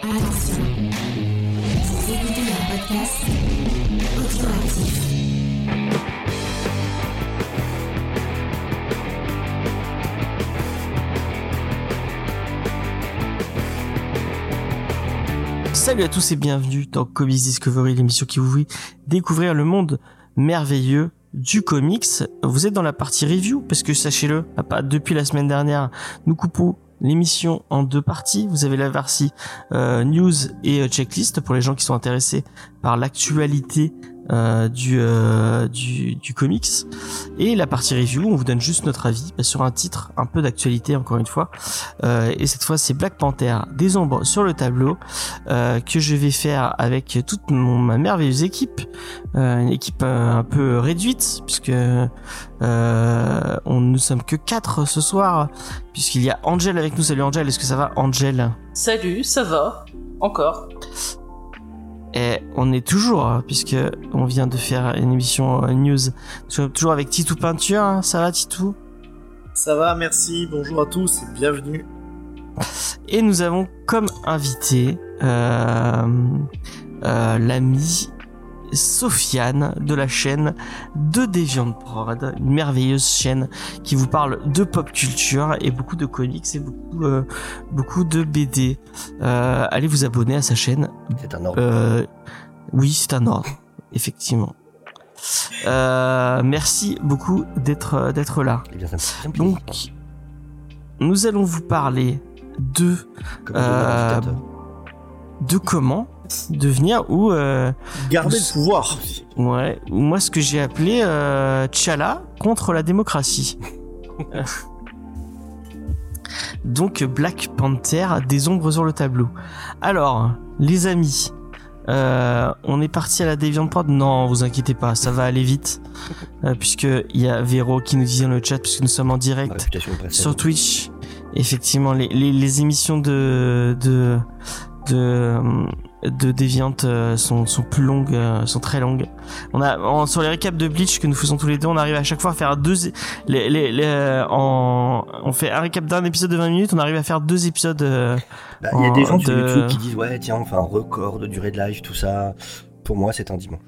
Attention, vous écoutez un podcast audioactif. Salut à tous et bienvenue dans Comics Discovery, l'émission qui vous fait découvrir le monde merveilleux du comics. Vous êtes dans la partie review parce que sachez-le, depuis la semaine dernière, nous coupons l'émission en deux parties. Vous avez la partie news et checklist pour les gens qui sont intéressés par l'actualité du comics, et la partie review, on vous donne juste notre avis sur un titre, un peu d'actualité encore une fois, et cette fois c'est Black Panther, des ombres sur le tableau, que je vais faire avec toute ma merveilleuse équipe, une équipe un peu réduite puisque nous sommes que 4 ce soir, puisqu'il y a Angel avec nous. Salut Angel, est-ce que ça va Angel? Salut, ça va, encore. Et on est toujours, puisque on vient de faire une émission news, toujours avec Titou Peinture, hein. Ça va Titou? Ça va, merci, bonjour à tous et bienvenue. Et nous avons comme invité l'amie Sofiane de la chaîne de DeviantProd, une merveilleuse chaîne qui vous parle de pop culture et beaucoup de comics et beaucoup de BD. Allez vous abonner à sa chaîne. C'est un ordre. Oui, c'est un ordre, effectivement. Merci beaucoup d'être là. Eh bien, ça me Donc, nous allons vous parler de comment devenir ou garder le pouvoir. Ouais, moi ce que j'ai appelé T'Challa contre la démocratie. Donc Black Panther, des ombres sur le tableau. Alors, les amis, on est parti à la DeviantProd. Non, vous inquiétez pas, ça va aller vite, puisque il y a Véro qui nous disait dans le chat, puisque nous sommes en direct sur Twitch. Effectivement, les émissions de Deviant sont plus longues, sont très longues. Sur les récaps de Bleach que nous faisons tous les deux, on arrive à chaque fois à faire on fait un récap d'un épisode de 20 minutes, on arrive à faire 2 épisodes. Il y a des gens sur YouTube qui disent ouais tiens, on fait un record de durée de live, tout ça. Pour moi, c'est un dimanche.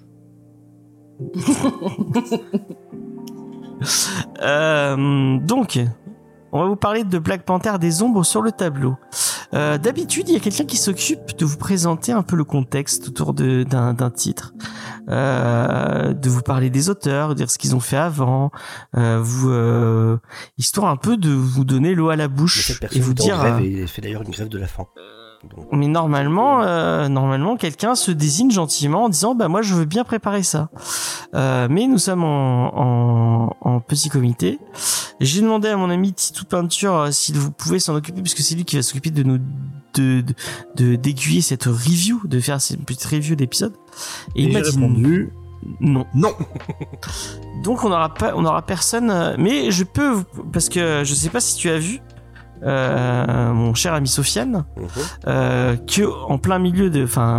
Donc, on va vous parler de Black Panther, des ombres sur le tableau. D'habitude, il y a quelqu'un qui s'occupe de vous présenter un peu le contexte autour d'un titre, de vous parler des auteurs, dire ce qu'ils ont fait avant, histoire un peu de vous donner l'eau à la bouche et vous dire. Et fait d'ailleurs une grève de la faim. Donc. Mais normalement, quelqu'un se désigne gentiment en disant bah moi je veux bien préparer ça. Mais nous sommes en petit comité. J'ai demandé à mon ami Titou Peinture s'il vous pouvait s'en occuper, puisque c'est lui qui va s'occuper de nous d'aiguiller cette review, de faire cette petite review d'épisode. Et il m'a dit répondu non. Donc on aura personne, mais je peux, parce que je sais pas si tu as vu. Mon cher ami Sofiane, que en plein milieu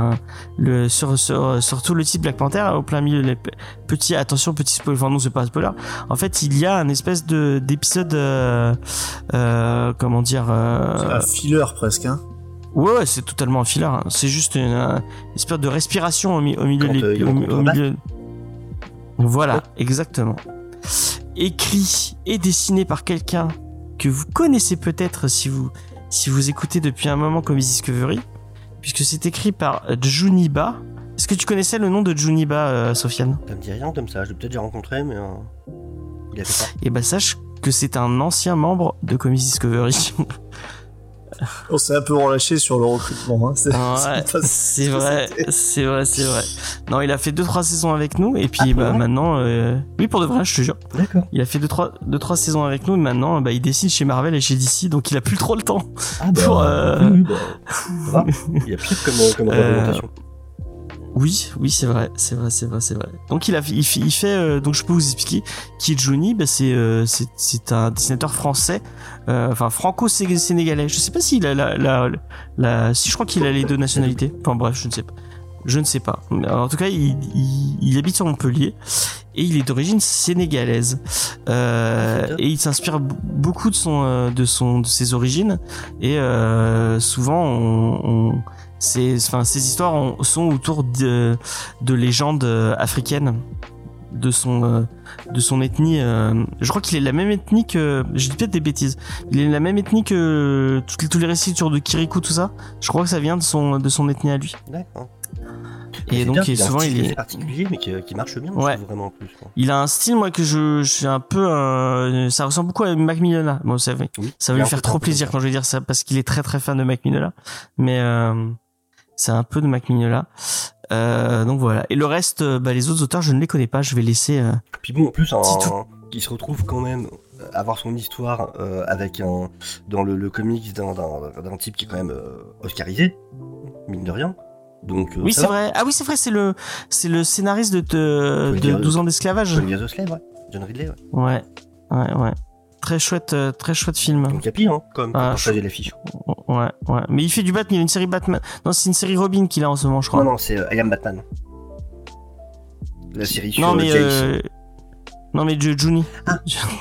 surtout le titre Black Panther, au plein milieu petit spoiler, enfin non c'est pas un spoiler, en fait il y a un espèce d'épisode comment dire, c'est un filler presque, hein. Ouais, c'est totalement un filler, hein. C'est juste une espèce de respiration au milieu au milieu. Voilà, exactement. Écrit et dessiné par quelqu'un que vous connaissez peut-être si vous écoutez depuis un moment Comics Discovery, puisque c'est écrit par Juniba. Est-ce que tu connaissais le nom de Juniba, Sofiane? Ça me dit rien comme ça, je l'ai peut-être déjà rencontré, mais il a fait ça. Et bah sache que c'est un ancien membre de Comics Discovery. On s'est un peu relâché sur le recrutement, hein. C'est vrai. Non, il a fait 2-3 saisons avec nous, et puis maintenant, oui, pour de vrai, je te jure. D'accord. Il a fait 2-3 saisons avec nous, et maintenant, il dessine chez Marvel et chez DC, donc il a plus trop le temps. Il y a pire comme représentation. Oui, c'est vrai. Donc il fait, donc je peux vous expliquer qui est Johnny. C'est un dessinateur français, franco-sénégalais. Je sais pas s'il a si je crois qu'il a les 2 nationalités. Enfin bref, je ne sais pas. Mais en tout cas, il habite sur Montpellier et il est d'origine sénégalaise. Et il s'inspire beaucoup de ses origines, et souvent ces histoires sont autour de légendes africaines de son ethnie. Je crois qu'il est la même ethnie que, je dis peut-être des bêtises, il est la même ethnie que tous les récits autour de Kirikou, tout ça. Je crois que ça vient de son ethnie à lui. D'accord. Et donc souvent il est particulier, mais qui marche bien. Ouais. Vraiment en plus. Quoi. Il a un style, moi, que je suis un peu, ça ressemble beaucoup à Mac Mignola. Bon, ça va lui faire trop plaisir quand je vais dire ça, parce qu'il est très très fan de Mac Mignola. Mais c'est un peu de Mac Mignola. Donc voilà. Et le reste, les autres auteurs, je ne les connais pas. Je vais laisser. Puis bon, en plus, il se retrouve quand même avoir son histoire avec dans le comics d'un type qui est quand même oscarisé, mine de rien. Donc, oui, c'est vrai. Ah oui, c'est vrai. C'est le scénariste de 12 ans d'esclavage. John Ridley, ouais. Ouais. Très chouette film. Donc Capi, hein, comme quand on faisait l'affiche. Ouais. Mais il fait du Batman, il y a une série Batman. Non, c'est une série Robin qu'il a en ce moment, je crois. Non, c'est I Am Batman. La série sur Non, mais Juni. Ah.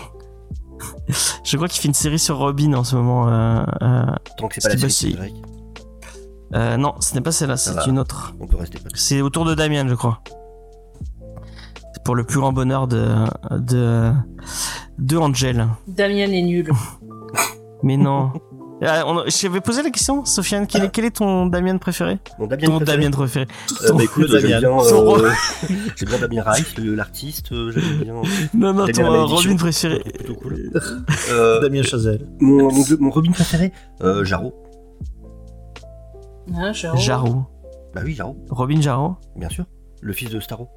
Je crois qu'il fait une série sur Robin en ce moment. Tant que c'est pas la série Drake. Non, ce n'est pas celle-là, c'est une autre. On peut rester. C'est autour de Damien, je crois. C'est pour le plus grand bonheur de Angel. Damien est nul. Mais non. Je t'avais posé la question, Sofiane. Quel est ton Damien préféré? Mon Damien préféré. Écoute, j'aime bien Damien Rice, l'artiste. J'aime bien. Non, ton Robin préféré. Plutôt cool. Damien Chazelle. Mon Robin préféré, Jarreau. Ah, Jarreau. Bah oui, Jarreau. Robin Jarreau. Bien sûr. Le fils de Starro.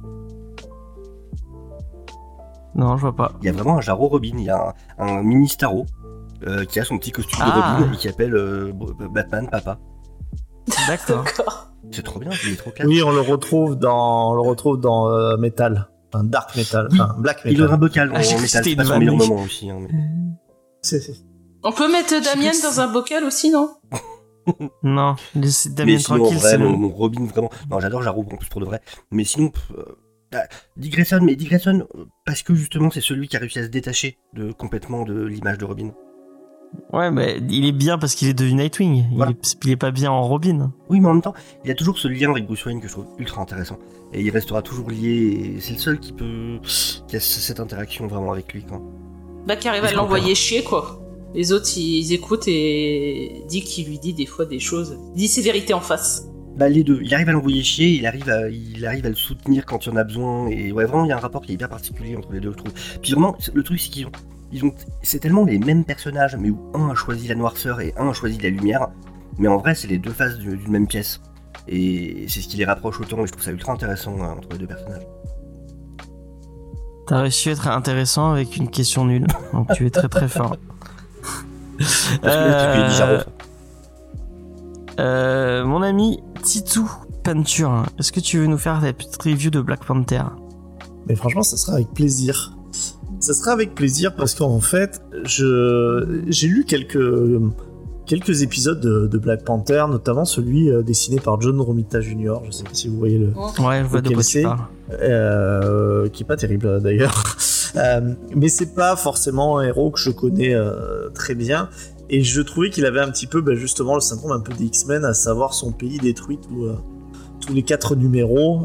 Non, je vois pas. Il y a vraiment un Jarreau Robin. Il y a un mini Starro qui a son petit costume de Robin et qui appelle Batman Papa. D'accord. C'est trop bien, il est trop classe. Oui, on le retrouve dans Metal. Enfin, Dark Metal. Oui. Enfin, Black Metal. Il aura un bocal en Metal, c'est pas son meilleur moment aussi. Hein, mais... On peut mettre Damien dans un bocal aussi, non? Non, c'est Damien tranquille, c'est mon Robin vraiment. Non, j'adore Jarreau en plus pour de vrai. Mais sinon, Dick Grayson, parce que justement c'est celui qui a réussi à se détacher complètement de l'image de Robin. Ouais, mais il est bien parce qu'il est devenu Nightwing. Voilà. Il est pas bien en Robin. Oui, mais en même temps, il y a toujours ce lien avec Bruce Wayne que je trouve ultra intéressant. Et il restera toujours lié. Et c'est le seul qui a cette interaction vraiment avec lui, quoi. Qui arrive à l'envoyer chier, quoi. Les autres, ils écoutent et Dick qui lui dit des fois des choses. Il dit ses vérités en face. Les deux. Il arrive à l'envoyer chier, il arrive à le soutenir quand il y en a besoin. Et ouais, vraiment, il y a un rapport qui est hyper particulier entre les deux, je trouve. Puis vraiment, le truc, c'est c'est tellement les mêmes personnages, mais où un a choisi la noirceur et un a choisi la lumière. Mais en vrai, c'est les deux faces d'une même pièce. Et c'est ce qui les rapproche autant, et je trouve ça ultra intéressant entre les deux personnages. T'as réussi à être intéressant avec une question nulle, donc tu es très très fort. Mon ami Titou Peinture, est-ce que tu veux nous faire ta petite review de Black Panther? Mais franchement, ça sera avec plaisir. Ça sera avec plaisir parce qu'en fait, j'ai lu quelques épisodes de Black Panther, notamment celui dessiné par John Romita Jr. Je sais pas si vous voyez le. Ouais, je vois de quoi tu parles. Qui est pas terrible d'ailleurs. Mais c'est pas forcément un héros que je connais très bien. Et je trouvais qu'il avait un petit peu justement le syndrome un peu des X-Men, à savoir son pays détruit tous les 4 numéros.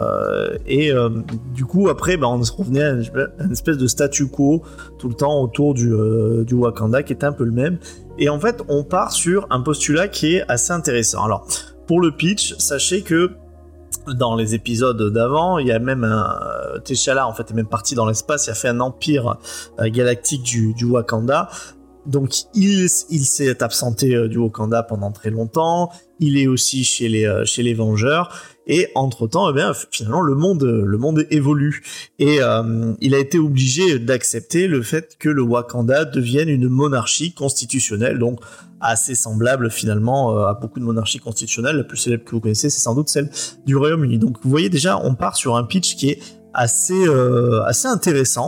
Du coup, après, on se revenait à une espèce de statu quo tout le temps autour du Wakanda, qui était un peu le même. Et en fait, on part sur un postulat qui est assez intéressant. Alors, pour le pitch, sachez que dans les épisodes d'avant, il y a même T'Challa en fait est même parti dans l'espace, il a fait un empire galactique du Wakanda. Donc il s'est absenté du Wakanda pendant très longtemps. Il est aussi chez les Vengeurs. Et entre-temps, finalement, le monde évolue. Et il a été obligé d'accepter le fait que le Wakanda devienne une monarchie constitutionnelle, donc assez semblable finalement à beaucoup de monarchies constitutionnelles. La plus célèbre que vous connaissez, c'est sans doute celle du Royaume-Uni. Donc vous voyez déjà, on part sur un pitch qui est assez intéressant.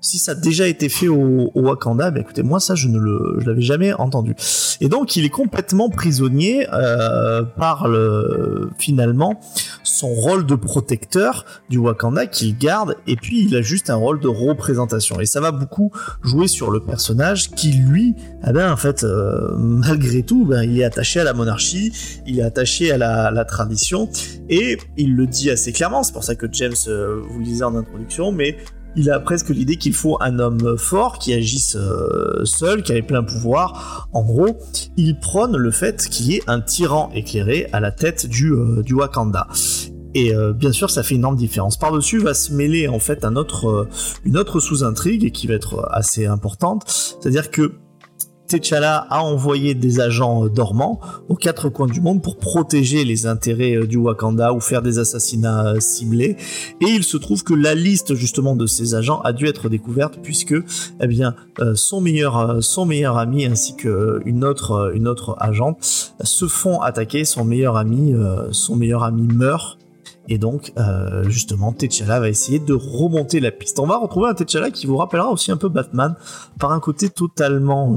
si ça a déjà été fait au Wakanda, ben écoutez, moi ça je l'avais jamais entendu. Et donc il est complètement prisonnier par finalement son rôle de protecteur du Wakanda qu'il garde, et puis il a juste un rôle de représentation. Et ça va beaucoup jouer sur le personnage qui lui, en fait, malgré tout, il est attaché à la monarchie, il est attaché à la tradition, et il le dit assez clairement. C'est pour ça que James, vous le disiez en introduction, mais il a presque l'idée qu'il faut un homme fort qui agisse seul, qui ait plein pouvoir. En gros, il prône le fait qu'il y ait un tyran éclairé à la tête du Wakanda. Et bien sûr, ça fait une énorme différence. Par-dessus va se mêler en fait une autre sous-intrigue qui va être assez importante, c'est-à-dire que T'Challa a envoyé des agents dormants aux quatre coins du monde pour protéger les intérêts du Wakanda ou faire des assassinats ciblés. Et il se trouve que la liste justement de ces agents a dû être découverte puisque, son meilleur ami ainsi qu'une autre agente se font attaquer. Son meilleur ami meurt. Et donc, justement, T'Challa va essayer de remonter la piste. On va retrouver un T'Challa qui vous rappellera aussi un peu Batman par un côté totalement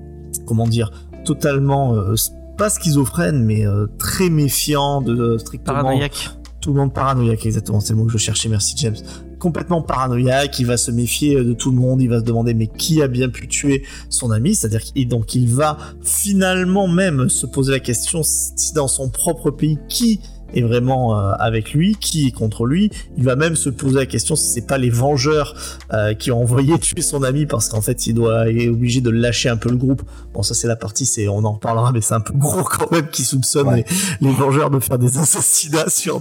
pas schizophrène, mais très méfiant, strictement paranoïaque. Tout le monde paranoïaque, exactement, c'est le mot que je cherchais, merci James. Complètement paranoïaque, il va se méfier de tout le monde, il va se demander mais qui a bien pu tuer son ami, c'est-à-dire donc il va finalement même se poser la question si dans son propre pays qui est vraiment avec lui, qui est contre lui. Il va même se poser la question si c'est pas les Vengeurs qui ont envoyé tuer son ami, parce qu'en fait il est obligé de lâcher un peu le groupe. Bon, ça c'est la partie, on en reparlera, mais c'est un peu gros quand même, qui soupçonne les Vengeurs de faire des assassinats sur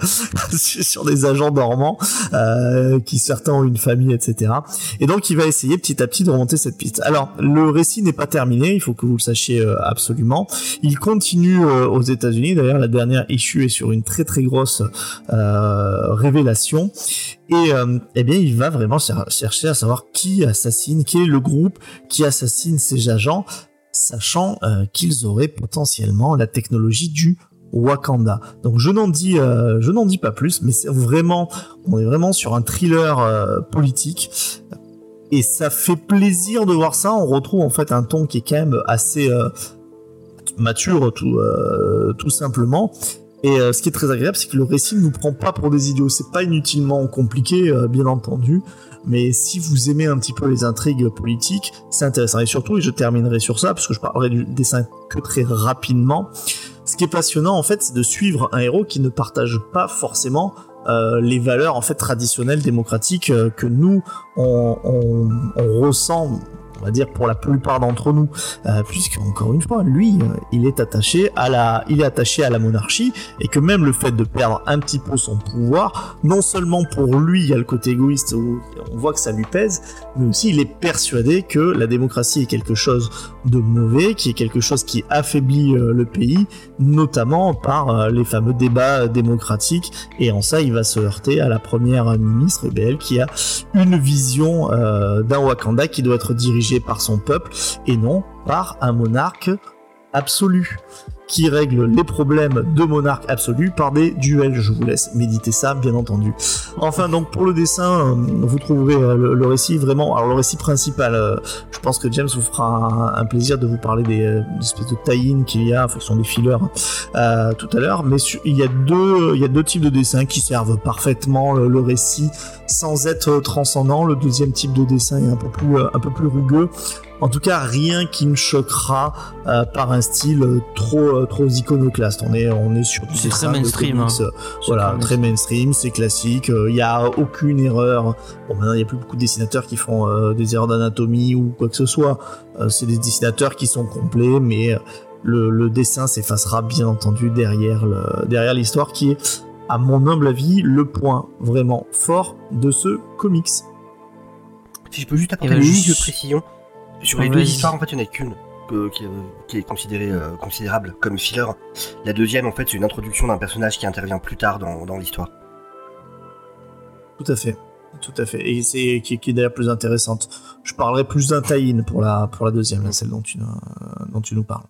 des agents dormants qui certains ont une famille, etc. Et donc il va essayer petit à petit de remonter cette piste. Alors le récit n'est pas terminé, il faut que vous le sachiez absolument. Il continue aux États-Unis. D'ailleurs la dernière issue est sur une très très grosse révélation, et il va vraiment chercher à savoir qui est le groupe qui assassine ces agents, sachant qu'ils auraient potentiellement la technologie du Wakanda. Donc je n'en dis pas plus, mais on est vraiment sur un thriller politique. Et ça fait plaisir de voir ça. On retrouve en fait un ton qui est quand même assez mature, tout simplement. Et ce qui est très agréable, c'est que le récit ne nous prend pas pour des idiots. C'est pas inutilement compliqué, bien entendu, mais si vous aimez un petit peu les intrigues politiques, c'est intéressant. Et surtout, et je terminerai sur ça, parce que je parlerai du dessin que très rapidement, ce qui est passionnant, en fait, c'est de suivre un héros qui ne partage pas forcément les valeurs en fait traditionnelles démocratiques que nous on ressent, on va dire, pour la plupart d'entre nous, puisque encore une fois, lui, il est attaché à la monarchie, et que même le fait de perdre un petit peu son pouvoir, non seulement pour lui, il y a le côté égoïste où on voit que ça lui pèse, mais aussi il est persuadé que la démocratie est quelque chose de mauvais, qui est quelque chose qui affaiblit le pays, notamment par les fameux débats démocratiques, et en ça, il va se heurter à la première ministre, elle qui a une vision d'un Wakanda qui doit être dirigé par son peuple et non par un monarque absolu qui règle les problèmes de monarque absolu par des duels. Je vous laisse méditer ça, bien entendu. Enfin, donc pour le dessin, vous trouverez le récit vraiment. Alors le récit principal, je pense que James vous fera un plaisir de vous parler des espèces de tie-in qu'il y a, enfin, qui sont des fillers tout à l'heure. Mais il y a deux types de dessins qui servent parfaitement le récit sans être transcendant. Le deuxième type de dessin est un peu plus rugueux. En tout cas, rien qui ne choquera par un style trop iconoclaste. On est sur du c'est très mainstream, comics, voilà, très mainstream, c'est classique. Il y a aucune erreur. Bon, maintenant il y a plus beaucoup de dessinateurs qui font des erreurs d'anatomie ou quoi que ce soit. C'est des dessinateurs qui sont complets, mais le dessin s'effacera bien entendu derrière l'histoire, qui est, à mon humble avis, le point vraiment fort de ce comics. Si je peux juste apporter une minute de précision. Sur les deux histoires, en fait, il n'y en a qu'une qui est considérée considérable comme filler. La deuxième, en fait, c'est une introduction d'un personnage qui intervient plus tard dans l'histoire. Tout à fait. Et c'est qui est d'ailleurs plus intéressante. Je parlerai plus d'un tie-in pour la deuxième, là, celle dont tu nous parles.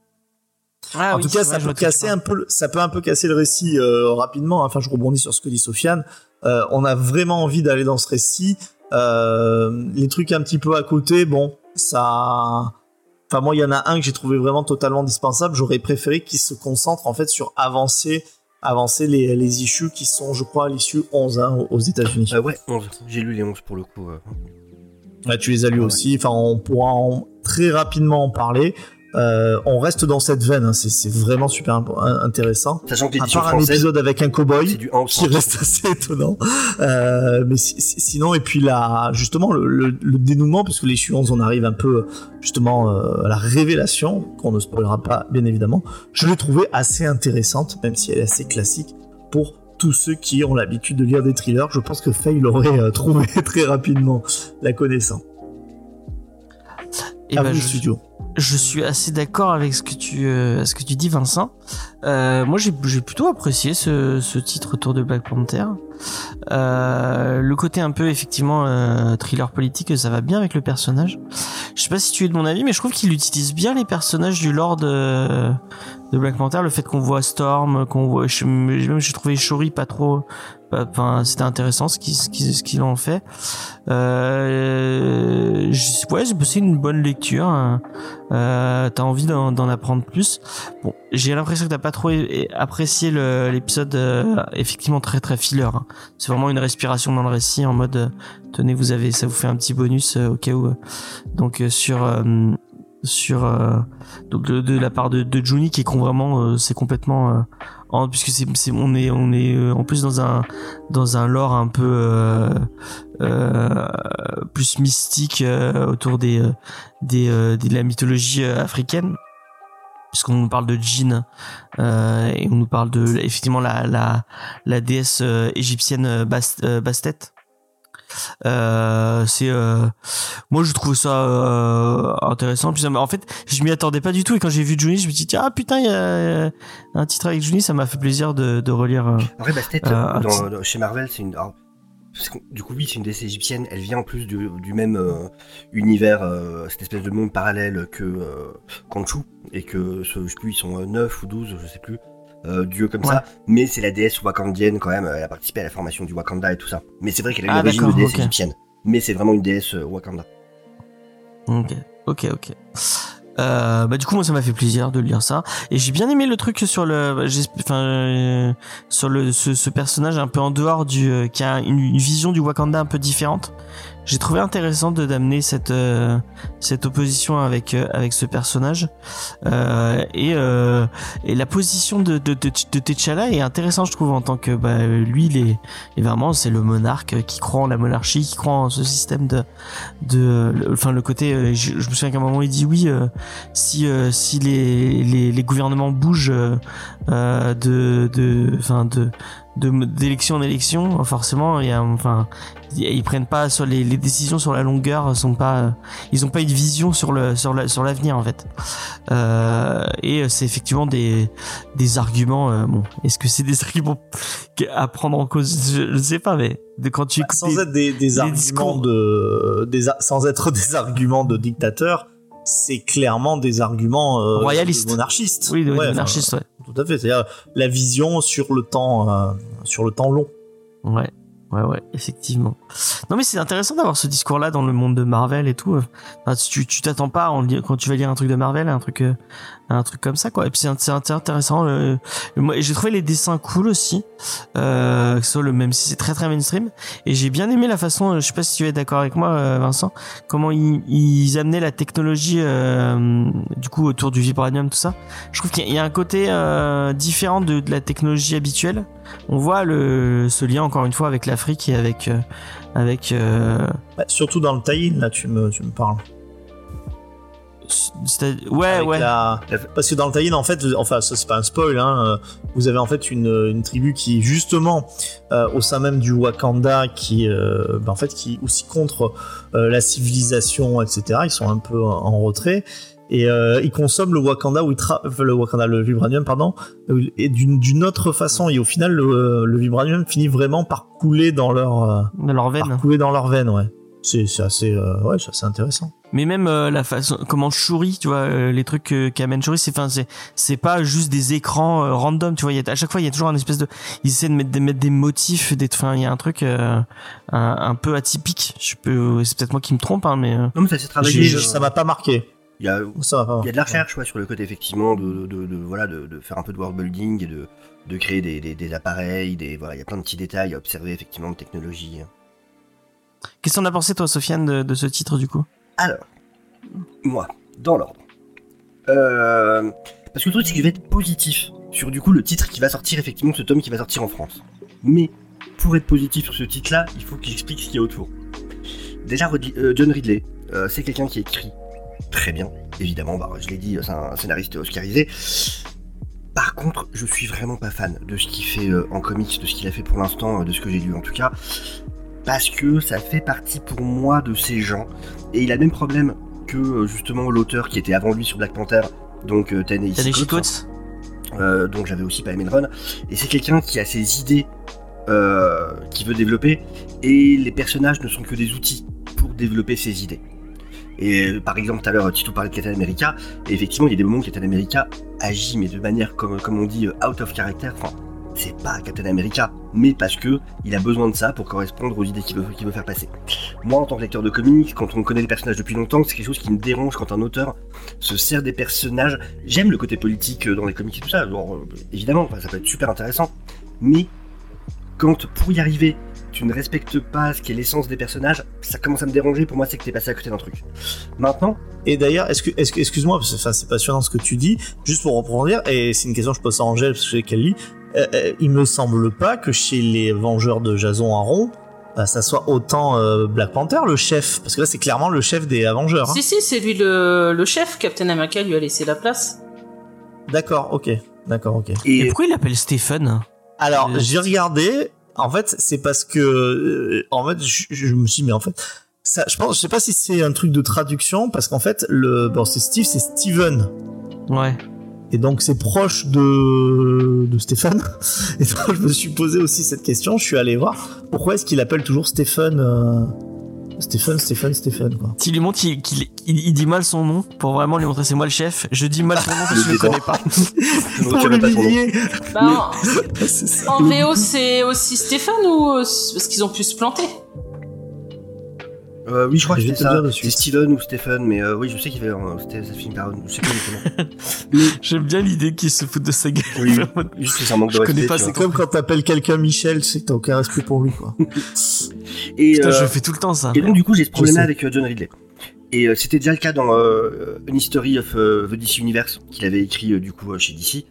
En tout cas, ça peut un peu casser le récit rapidement. Enfin, je rebondis sur ce que dit Sofiane. On a vraiment envie d'aller dans ce récit Les trucs un petit peu à côté, bon, ça... Enfin, moi, il y en a un que j'ai trouvé vraiment totalement dispensable. J'aurais préféré qu'il se concentre, en fait, sur avancer les issues qui sont, je crois, à l'issue 11 aux États-Unis. Ouais, 11. J'ai lu les 11 pour le coup. Ouais, tu les as lus aussi. Enfin, on pourra très rapidement en parler. On reste dans cette veine, c'est vraiment super intéressant. Sachant que à l'édition part un française, épisode avec un cow-boy c'est du 11 qui reste assez étonnant. Mais sinon, et puis justement le dénouement, parce que les l'issue 11, on arrive un peu justement à la révélation, qu'on ne spoilera pas bien évidemment. Je l'ai trouvée assez intéressante, même si elle est assez classique pour tous ceux qui ont l'habitude de lire des thrillers. Je pense que Faye l'aurait trouvé très rapidement, la connaissant. Et studio. Je suis assez d'accord avec ce que tu dis, Vincent. Moi, j'ai plutôt apprécié ce titre autour de Black Panther. Le côté un peu effectivement thriller politique, ça va bien avec le personnage. Je sais pas si tu es de mon avis, mais je trouve qu'il utilise bien les personnages du lore de Black Panther. Le fait qu'on voit Storm, j'ai trouvé Shuri pas trop. Enfin, c'était intéressant ce qu'ils ont fait. C'est une bonne lecture. T'as envie d'en apprendre plus. Bon, j'ai l'impression que t'as pas trop apprécié l'épisode effectivement très très filler. Hein. C'est vraiment une respiration dans le récit en mode tenez, ça vous fait un petit bonus au cas où. Donc donc de la part de Juni qui est vraiment c'est complètement puisque on est en plus dans un lore un peu plus mystique autour de la mythologie africaine, puisqu'on nous parle de Djinn et on nous parle de effectivement la déesse égyptienne Bastet. Moi je trouve ça intéressant. Puis en fait je m'y attendais pas du tout, et quand j'ai vu Juni je me suis dit ah putain, il y a un titre avec Juni, ça m'a fait plaisir de relire. Après Bastet chez Marvel c'est une du coup oui c'est une déesse égyptienne, elle vient en plus du même univers, cette espèce de monde parallèle que Khonshu, et que je sais plus, ils sont 9 ou 12 je sais plus dieux comme ça, mais c'est la déesse wakandienne quand même, elle a participé à la formation du Wakanda et tout ça, mais c'est vrai qu'elle a une origine de déesse égyptienne, mais c'est vraiment une déesse Wakanda. Ok. Du coup moi ça m'a fait plaisir de lire ça, et j'ai bien aimé le truc sur ce personnage un peu en dehors qui a une vision du Wakanda un peu différente. J'ai trouvé intéressant d'amener cette opposition avec ce personnage, et la position de T'Challa est intéressante, je trouve, en tant que lui il est vraiment, c'est le monarque qui croit en la monarchie, qui croit en ce système le côté je me souviens qu'à un moment il dit oui, si les gouvernements bougent d'élection en élection, forcément ils prennent pas sur les décisions sur la longueur, ils ont pas une vision sur l'avenir en fait, et c'est effectivement des arguments, est-ce que c'est des arguments à prendre en cause, je ne sais pas, mais quand tu écoutes sans être des arguments sans être des arguments de dictateurs, c'est clairement des arguments royalistes, monarchistes. Oui, monarchistes, ouais. Tout à fait, c'est-à-dire la vision sur le temps long. Ouais, effectivement. Non mais c'est intéressant d'avoir ce discours-là dans le monde de Marvel et tout. Enfin, tu t'attends pas quand tu vas lire un truc de Marvel, un truc comme ça, quoi. Et puis c'est intéressant. Moi, j'ai trouvé les dessins cool aussi, même si c'est très très mainstream. Et j'ai bien aimé la façon, je sais pas si tu es d'accord avec moi, Vincent, comment ils amenaient la technologie du coup autour du vibranium, tout ça. Je trouve qu'il y a un côté différent de la technologie habituelle. On voit ce lien encore une fois avec l'Afrique et avec surtout dans le tie-in, là tu me parles. Ouais. Parce que dans le tie-in, en fait, ça c'est pas un spoil, hein, vous avez en fait une tribu qui justement au sein même du Wakanda qui aussi contre la civilisation, etc. Ils sont un peu en retrait. Et ils consomment le vibranium, et d'une autre façon, et au final le vibranium finit vraiment par couler dans leur veine. Ouais. c'est assez intéressant. Mais même la façon comment Shuri, tu vois, les trucs qu'amène Shuri, c'est pas juste des écrans random, tu vois, à chaque fois il y a toujours une espèce de, ils essaient de mettre des motifs, il y a un truc un peu atypique. C'est peut-être moi qui me trompe, hein, mais non, mais ça s'est travaillé. Ça m'a pas marqué. Il y a de la recherche, sur le côté effectivement de faire un peu de world building et de créer des appareils, il y a plein de petits détails à observer effectivement de technologie. Qu'est-ce qu'on a pensé toi, Sofiane, de ce titre du coup? Alors, moi, dans l'ordre. Parce que le truc, c'est que je vais être positif sur du coup le titre qui va sortir, effectivement, ce tome qui va sortir en France. Mais pour être positif sur ce titre-là, il faut que j'explique ce qu'il y a autour. Déjà, John Ridley, c'est quelqu'un qui écrit très bien, évidemment, je l'ai dit, c'est un scénariste oscarisé. Par contre, je suis vraiment pas fan de ce qu'il fait en comics, de ce qu'il a fait pour l'instant, de ce que j'ai lu en tout cas. Parce que ça fait partie pour moi de ces gens. Et il a le même problème que justement l'auteur qui était avant lui sur Black Panther, donc Ta-Nehisi Coates, dont j'avais aussi pas aimé le run. Et c'est quelqu'un qui a ses idées qu'il veut développer, et les personnages ne sont que des outils pour développer ses idées. Et par exemple, tout à l'heure, Tito parlait de Captain America, et effectivement, il y a des moments où Captain America agit, mais de manière, comme on dit, out of character. Enfin, c'est pas Captain America, mais parce que il a besoin de ça pour correspondre aux idées qu'il veut faire passer. Moi, en tant que lecteur de comics, quand on connaît les personnages depuis longtemps, c'est quelque chose qui me dérange quand un auteur se sert des personnages. J'aime le côté politique dans les comics et tout ça, évidemment, ça peut être super intéressant, mais quand, pour y arriver, tu ne respectes pas ce qui est l'essence des personnages, ça commence à me déranger. Pour moi, c'est que t'es passé à côté d'un truc. Maintenant... Et d'ailleurs, excuse-moi, parce que c'est passionnant ce que tu dis, juste pour reprendre, et c'est une question que je pose à Angèle, parce que je sais qu'elle lit, il me semble pas que chez les Vengeurs de Jason Aaron, ça soit autant Black Panther le chef, parce que là c'est clairement le chef des Avengers. Si, c'est lui le chef. Captain America lui a laissé la place. D'accord, ok. Et pourquoi il l'appelle Stephen? Alors, j'ai regardé, en fait, c'est parce que, en fait, je me suis dit, mais en fait, ça, je sais pas si c'est un truc de traduction, parce qu'en fait, c'est Steve, c'est Steven. Ouais. Et donc c'est proche de Stéphane. Et donc je me suis posé aussi cette question, je suis allé voir pourquoi est-ce qu'il appelle toujours Stéphane quoi. Tu lui montres qu'il dit mal son nom pour vraiment lui montrer c'est moi le chef. Je dis mal son nom parce que je le connais pas. Pour l'humilier. En VO c'est aussi Stéphane ou parce qu'ils ont pu se planter? Oui, je crois que c'était ça. C'est Steven ou Stephen, mais oui, je sais qu'il fait ça finit par je sais pas exactement. Mais... J'aime bien l'idée qu'il se fout de sa gueule. Oui, juste que c'est un manque de respect. Je connais pas, c'est comme quand t'appelles quelqu'un Michel, c'est que t'as aucun respect pour lui, quoi. Et putain, je fais tout le temps ça. Et donc du coup, j'ai ce problème-là avec John Ridley. Et c'était déjà le cas dans An History of the DC Universe qu'il avait écrit du coup chez DC.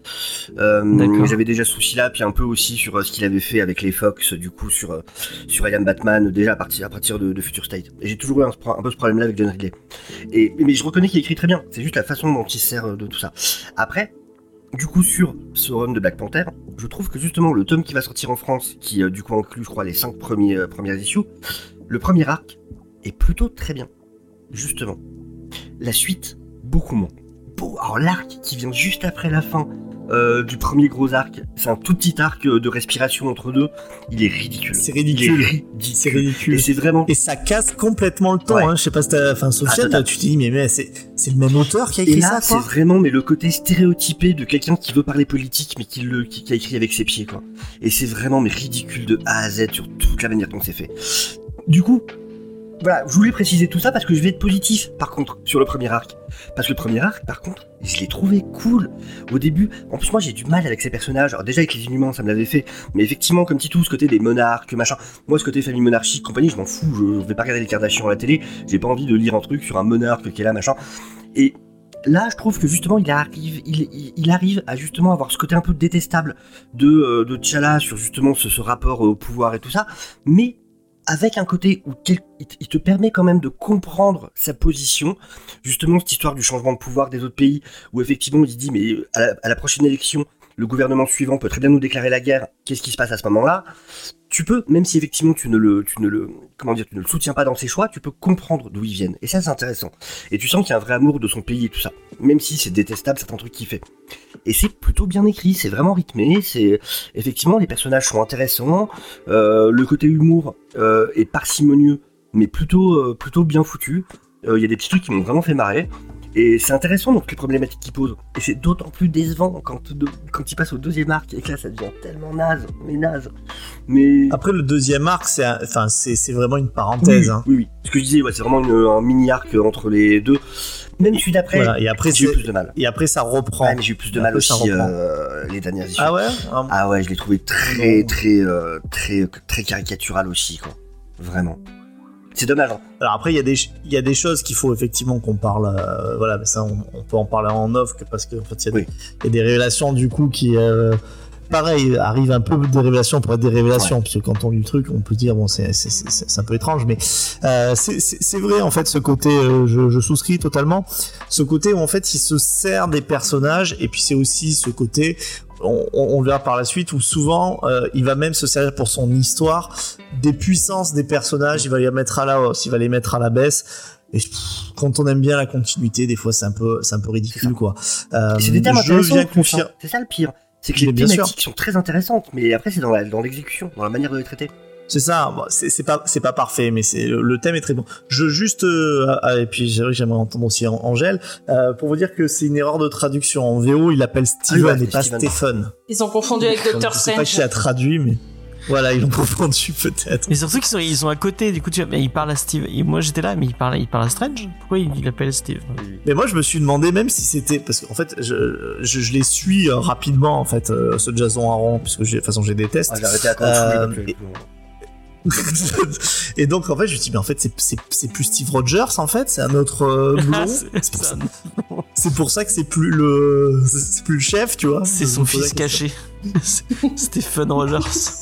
J'avais déjà ce souci-là, puis un peu aussi sur ce qu'il avait fait avec les Fox du coup sur Alien Batman déjà à partir de Future State. Et j'ai toujours eu un peu ce problème-là avec John Ridley. Mais je reconnais qu'il écrit très bien. C'est juste la façon dont il sert de tout ça. Après, du coup sur ce run de Black Panther, je trouve que justement le tome qui va sortir en France, qui du coup inclut je crois les 5 premières issues, le premier arc est plutôt très bien. Justement, la suite, beaucoup moins. Alors l'arc qui vient juste après la fin du premier gros arc, c'est un tout petit arc de respiration entre deux, il est ridicule. C'est ridicule. C'est ridicule. Et c'est vraiment... Et ça casse complètement le ton, hein. Je sais pas si Sofiane, tu t'es dit, mais c'est le même auteur qui a écrit ça, quoi. C'est vraiment, mais le côté stéréotypé de quelqu'un qui veut parler politique, mais qui a écrit avec ses pieds, quoi. Et c'est vraiment, mais ridicule de A à Z sur toute la manière dont c'est fait. Du coup, voilà, je voulais préciser tout ça parce que je vais être positif, par contre, sur le premier arc. Parce que le premier arc, par contre, je l'ai trouvé cool. Au début, en plus moi j'ai du mal avec ces personnages. Alors déjà avec les Inhumains, ça me l'avait fait. Mais effectivement, comme Titou, ce côté des monarques, machin. Moi, ce côté famille monarchique, compagnie, je m'en fous. Je vais pas regarder les Kardashians à la télé. J'ai pas envie de lire un truc sur un monarque qui est là, machin. Et là, je trouve que justement, il arrive à justement avoir ce côté un peu détestable de T'Challa sur justement ce rapport au pouvoir et tout ça. Mais avec un côté où il te permet quand même de comprendre sa position, justement cette histoire du changement de pouvoir des autres pays, où effectivement il se dit mais à la prochaine élection, le gouvernement suivant peut très bien nous déclarer la guerre, qu'est-ce qui se passe à ce moment-là? Tu peux, même si effectivement tu ne le soutiens pas dans ses choix, tu peux comprendre d'où ils viennent. Et ça, c'est intéressant. Et tu sens qu'il y a un vrai amour de son pays et tout ça. Même si c'est détestable, c'est un truc qu'il fait. Et c'est plutôt bien écrit, c'est vraiment rythmé, effectivement, les personnages sont intéressants, le côté humour est parcimonieux, mais plutôt bien foutu. Il y a des petits trucs qui m'ont vraiment fait marrer. Et c'est intéressant donc les problématiques qu'il pose. Et c'est d'autant plus décevant quand il passe au deuxième arc et que là ça devient tellement naze. Mais Après le deuxième arc, c'est vraiment une parenthèse. Oui. Ce que je disais, c'est vraiment un mini arc entre les deux. Même celui d'après, voilà, et après j'ai eu plus de mal. Et après ça reprend. Ouais, mais j'ai eu plus de mal aussi les dernières issues. Ah ouais. Ah ouais, je l'ai trouvé très caricatural aussi, quoi. Vraiment. C'est dommage. Hein. Alors après, il y a des choses qu'il faut effectivement qu'on parle. Voilà, mais ça, on peut en parler en off parce qu'en fait, il y a des révélations du coup qui, pareil, arrivent un peu des révélations pour être des révélations, parce que quand on lit le truc, on peut dire bon, c'est un peu étrange, mais c'est vrai en fait ce côté. Je souscris totalement. Ce côté où en fait, il se sert des personnages, et puis c'est aussi ce côté. On verra par la suite où souvent il va même se servir pour son histoire des puissances des personnages, il va les mettre à la hausse, il va les mettre à la baisse. Et quand on aime bien la continuité, des fois c'est un peu ridicule quoi. Et c'est des thèmes intéressants. C'est ça le pire, c'est que les thématiques sont très intéressantes, mais après c'est dans l'exécution, dans la manière de les traiter. C'est ça, bon, c'est pas parfait, mais le thème est très bon. Et puis j'aimerais entendre aussi Angèle, pour vous dire que c'est une erreur de traduction. En VO, il l'appelle Steven et pas Stephen. Ils ont confondu avec Doctor Strange. Je sais pas qui a traduit, mais voilà, ils l'ont confondu peut-être. Mais surtout qu'ils sont à côté, du coup il parle à Steve. Et moi j'étais là, mais il parle à Strange. Pourquoi il l'appelle Steve? Mais moi je me suis demandé même si c'était parce qu'en fait je les suis rapidement en fait ce Jason Aaron, puisque de toute façon j'ai des tests. J'ai arrêté à et donc en fait je me suis dit mais en fait c'est plus Steve Rogers en fait, c'est un autre blond. C'est pour ça que c'est plus le chef, tu vois. C'est son fils caché. Stephen Rogers.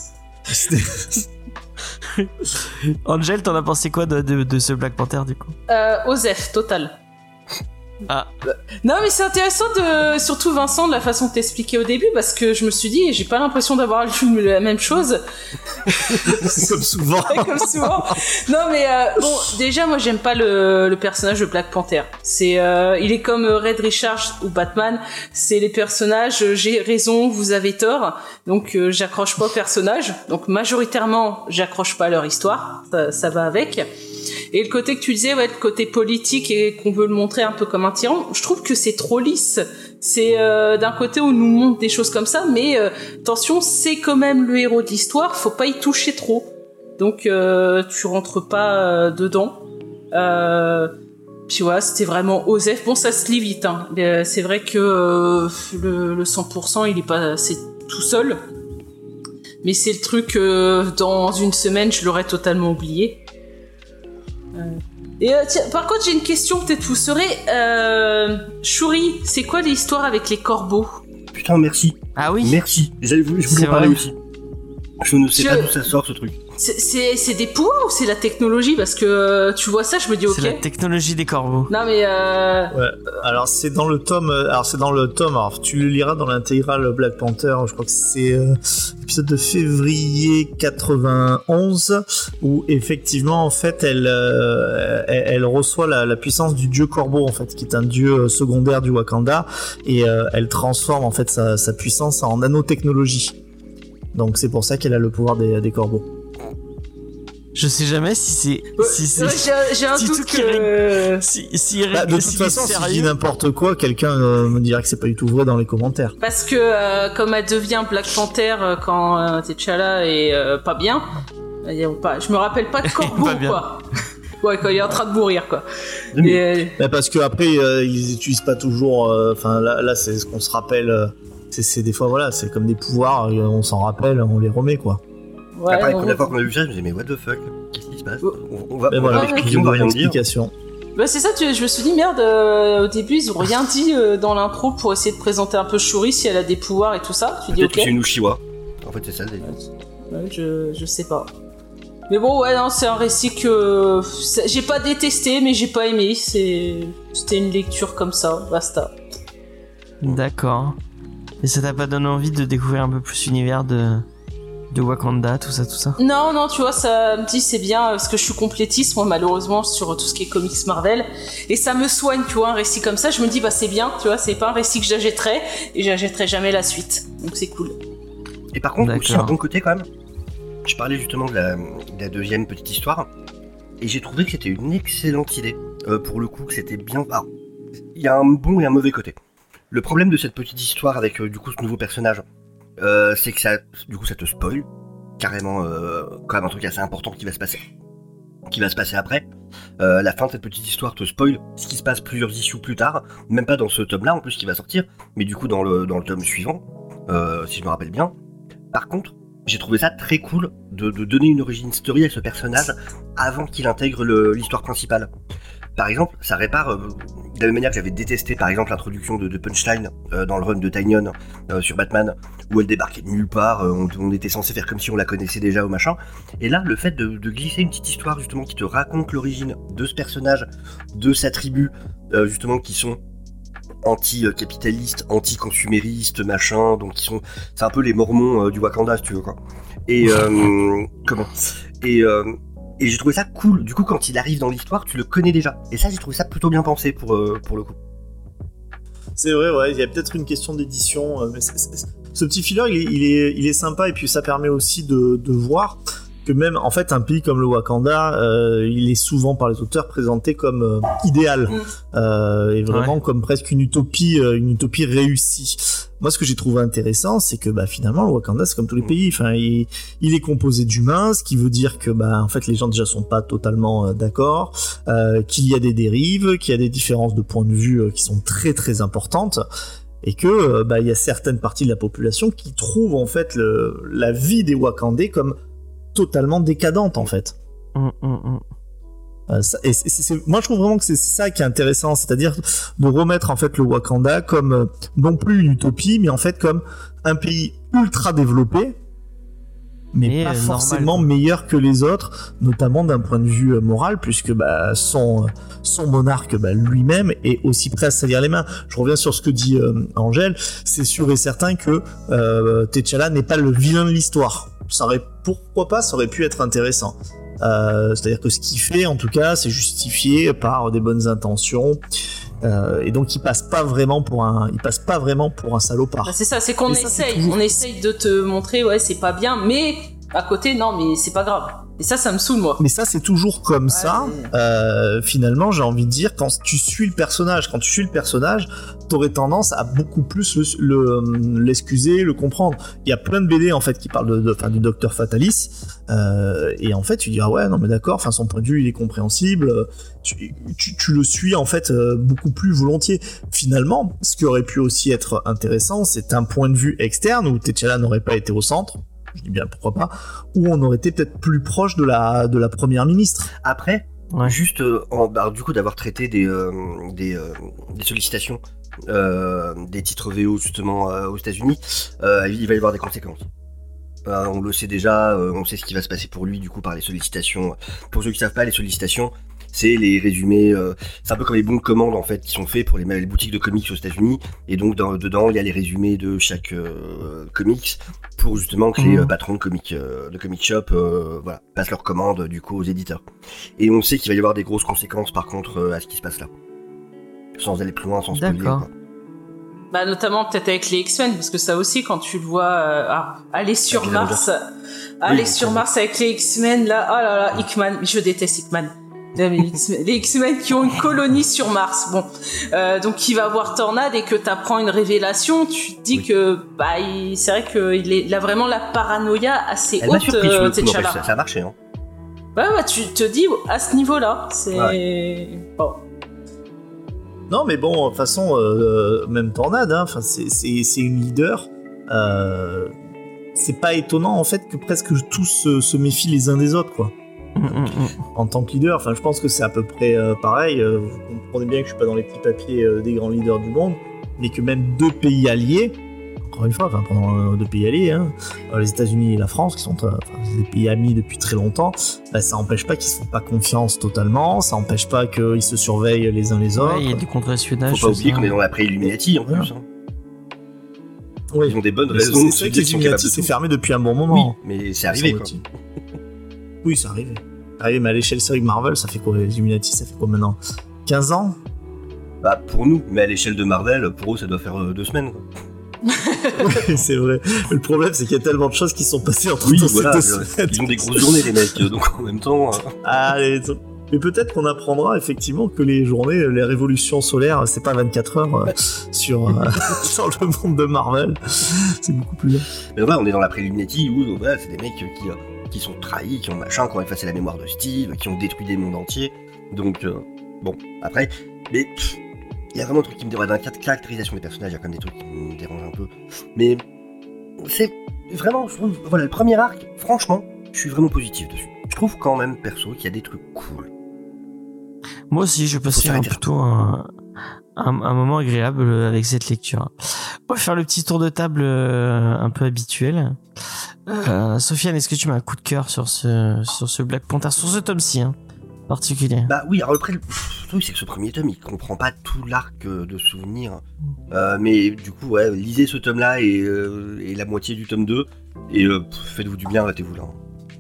Angel, t'en as pensé quoi de ce Black Panther du coup? Osef, total. Ah. Non mais c'est intéressant surtout Vincent, de la façon de t'expliquer au début, parce que je me suis dit, j'ai pas l'impression d'avoir lu la même chose. Comme souvent. Comme souvent. Non mais bon, déjà moi j'aime pas le personnage de Black Panther. Il est comme Red Richards ou Batman, c'est les personnages, j'ai raison, vous avez tort, donc j'accroche pas au personnage, donc majoritairement j'accroche pas à leur histoire, ça va avec. Et le côté que tu disais, le côté politique et qu'on veut le montrer un peu comme un tyran, je trouve que c'est trop lisse. C'est d'un côté on nous montre des choses comme ça, mais attention, c'est quand même le héros de l'histoire, faut pas y toucher trop. Donc tu rentres pas dedans. Puis voilà, c'était vraiment Osef. Bon, ça se lit vite. Hein. C'est vrai que le 100%, il est pas, c'est tout seul. Mais c'est le truc, dans une semaine, je l'aurais totalement oublié. Et tiens, par contre, j'ai une question, peut-être vous saurez. Shuri, c'est quoi l'histoire avec les corbeaux? Putain, merci. Ah oui. Merci. Je voulais en parler aussi. Je ne sais pas d'où ça sort ce truc. C'est des pouvoirs ou c'est la technologie? Parce que tu vois ça, je me dis ok. C'est la technologie des corbeaux. Non mais ouais. Alors c'est dans le tome. Alors tu le liras dans l'intégrale Black Panther. Je crois que c'est l'épisode de février 91 où effectivement en fait elle reçoit la puissance du dieu corbeau en fait, qui est un dieu secondaire du Wakanda, et elle transforme en fait sa puissance en nanotechnologie. Donc c'est pour ça qu'elle a le pouvoir des corbeaux. Je sais jamais si c'est j'ai un doute que de toute façon si je dis n'importe quoi, quelqu'un me dira que c'est pas du tout vrai dans les commentaires. Parce que comme elle devient Black Panther quand T'Challa est pas bien, je me rappelle pas de corbeau quoi. Ouais, quand il est en train de mourir quoi. Mais parce que après ils utilisent pas toujours. Enfin là c'est ce qu'on se rappelle. C'est des fois voilà, c'est comme des pouvoirs, on s'en rappelle, on les remet quoi. Ouais, après, la première fois qu'on a vu ça, je me disais mais what the fuck, qu'est-ce qui se passe? On va rien dire. Bah c'est ça, je me suis dit merde, au début ils ont rien dit dans l'intro pour essayer de présenter un peu Shuri si elle a des pouvoirs et tout ça. Tu dis ok. C'est une Uchiwa. En fait c'est ça le délire. Ouais, je sais pas. Mais bon ouais non, c'est un récit que j'ai pas détesté mais j'ai pas aimé, c'était une lecture comme ça, basta. D'accord. Et ça t'a pas donné envie de découvrir un peu plus l'univers de Wakanda, tout ça? Non, tu vois, ça me dit c'est bien, parce que je suis complétiste, moi, malheureusement, sur tout ce qui est comics Marvel, et ça me soigne, tu vois, un récit comme ça, je me dis, bah c'est bien, tu vois, c'est pas un récit que j'achèterais, et j'achèterai jamais la suite, donc c'est cool. Et par contre, aussi un bon côté quand même, je parlais justement de la deuxième petite histoire, Et j'ai trouvé que c'était une excellente idée. Pour le coup, que c'était bien... Alors, il y a un bon et un mauvais côté. Le problème de cette petite histoire avec du coup ce nouveau personnage, c'est que ça te spoil carrément quand même un truc assez important qui va se passer après. La fin de cette petite histoire te spoil ce qui se passe plusieurs issues plus tard, même pas dans ce tome-là en plus qui va sortir, mais du coup dans le tome suivant, si je me rappelle bien. Par contre, j'ai trouvé ça très cool de donner une origin story à ce personnage avant qu'il intègre l'histoire principale. Par exemple, ça répare, de la même manière que j'avais détesté par exemple l'introduction de Punchline dans le run de Tynion sur Batman, où elle débarquait de nulle part, on était censé faire comme si on la connaissait déjà ou machin. Et là, le fait de glisser une petite histoire justement qui te raconte l'origine de ce personnage, de sa tribu, justement qui sont anti-capitalistes, anti-consuméristes, machin, donc c'est un peu les Mormons du Wakanda, si tu veux, quoi. Et Et j'ai trouvé ça cool. Du coup, quand il arrive dans l'histoire, tu le connais déjà. Et ça, j'ai trouvé ça plutôt bien pensé pour le coup. C'est vrai, ouais. Il y a peut-être une question d'édition. Mais ce petit filler, il est sympa. Et puis, ça permet aussi de voir que même, en fait, un pays comme le Wakanda, il est souvent par les auteurs présenté comme idéal. Et vraiment comme presque une utopie réussie. Moi, ce que j'ai trouvé intéressant, c'est que finalement, le Wakanda, c'est comme tous les pays. Enfin, il est composé d'humains, ce qui veut dire que en fait, les gens déjà sont pas totalement d'accord, qu'il y a des dérives, qu'il y a des différences de point de vue qui sont très très importantes, et que il y a certaines parties de la population qui trouvent en fait la vie des Wakandais comme totalement décadente en fait. Moi je trouve vraiment que c'est ça qui est intéressant, c'est-à-dire de remettre en fait le Wakanda comme non plus une utopie, mais en fait comme un pays ultra développé, mais pas forcément meilleur que les autres, notamment d'un point de vue moral, puisque son monarque lui-même est aussi prêt à se salir les mains. Je reviens sur ce que dit Angèle, c'est sûr et certain que T'Challa n'est pas le vilain de l'histoire. Pourquoi pas, ça aurait pu être intéressant. C'est-à-dire que ce qu'il fait, en tout cas, c'est justifié par des bonnes intentions. Et donc il passe pas vraiment pour un salopard. C'est ça, c'est qu'on essaye de te montrer c'est pas bien, mais à côté non, mais c'est pas grave. Et ça me saoule moi. Mais ça c'est toujours comme ça. Finalement, j'ai envie de dire, quand tu suis le personnage, t'aurais tendance à beaucoup plus l'excuser, le comprendre. Il y a plein de BD en fait qui parlent du Docteur Fatalis, et en fait tu dis non mais d'accord, son point de vue il est compréhensible. Tu le suis en fait beaucoup plus volontiers. Finalement, ce qui aurait pu aussi être intéressant, c'est un point de vue externe où T'Challa n'aurait pas été au centre. Je dis bien pourquoi pas, où on aurait été peut-être plus proche de la première ministre. Après, juste du coup d'avoir traité des sollicitations, des titres VO justement aux États-Unis, il va y avoir des conséquences. On le sait déjà, on sait ce qui va se passer pour lui du coup par les sollicitations. Pour ceux qui savent pas, les sollicitations, c'est les résumés, c'est un peu comme les bons de commande en fait qui sont faits pour les boutiques de comics aux États-Unis, et donc dedans il y a les résumés de chaque comics pour justement que les patrons de comic shop passent leurs commandes du coup aux éditeurs. Et on sait qu'il va y avoir des grosses conséquences par contre à ce qui se passe là, sans aller plus loin, sans spoiler. D'accord. Notamment peut-être avec les X-Men, parce que ça aussi quand tu le vois aller sur Mars avec les X-Men là, oh là là, Hickman, je déteste Hickman. Les X-Men qui ont une colonie sur Mars, donc il va voir Tornade et que t'apprends une révélation, tu te dis que c'est vrai qu'il a vraiment la paranoïa assez haute. Ça a marché, hein. Tu te dis à ce niveau-là, c'est bon. Non mais bon, de toute façon, même Tornade, c'est une leader. C'est pas étonnant en fait que presque tous se méfient les uns des autres, quoi. En tant que leader, je pense que c'est à peu près pareil. Vous comprenez bien que je suis pas dans les petits papiers des grands leaders du monde, mais que même deux pays alliés, encore une fois, pendant deux pays alliés, les États-Unis et la France, qui sont des pays amis depuis très longtemps, ça n'empêche pas qu'ils se font pas confiance totalement, ça n'empêche pas qu'ils se surveillent les uns les autres. Il y a du contre-espionnage. Faut pas oublier qu'on est dans l'après-Illuminati en plus. Oui. Ils ont des bonnes raisons. C'est vrai que l'Illuminati s'est fermé depuis un bon moment. Oui, mais c'est arrivé quoi. Oui, c'est arrivé. Mais à l'échelle série Marvel, ça fait quoi? Les Illuminati, ça fait quoi maintenant? 15 ans? Pour nous, mais à l'échelle de Marvel, pour eux, ça doit faire 2 semaines, quoi. Oui, c'est vrai. Le problème, c'est qu'il y a tellement de choses qui sont passées entre ces 2 semaines. Ils ont des grosses journées, les mecs, donc en même temps... Mais peut-être qu'on apprendra effectivement que les journées, les révolutions solaires, c'est pas 24 heures sur le monde de Marvel. C'est beaucoup plus long. Mais voilà, on est dans la pré-Illuminati où voilà, c'est des mecs qui sont trahis, qui ont machin, qui ont effacé la mémoire de Steve, qui ont détruit des mondes entiers. Donc, bon, après, mais il y a vraiment un truc qui me dérange. Dans la caractérisation des personnages, il y a quand même des trucs qui me dérangent un peu. Mais c'est vraiment, je trouve, voilà, le premier arc, franchement, je suis vraiment positif dessus. Je trouve quand même, perso, qu'il y a des trucs cool. Moi aussi, je passe plutôt un moment agréable avec cette lecture. On va faire le petit tour de table un peu habituel. Sofiane, est-ce que tu mets un coup de cœur sur ce Black Panther, sur ce tome-ci particulier? Bah oui, alors après, le truc c'est que ce premier tome, il comprend pas tout l'arc de souvenirs. Mais du coup, ouais, lisez ce tome-là et la moitié du tome 2, et faites-vous du bien, arrêtez-vous là.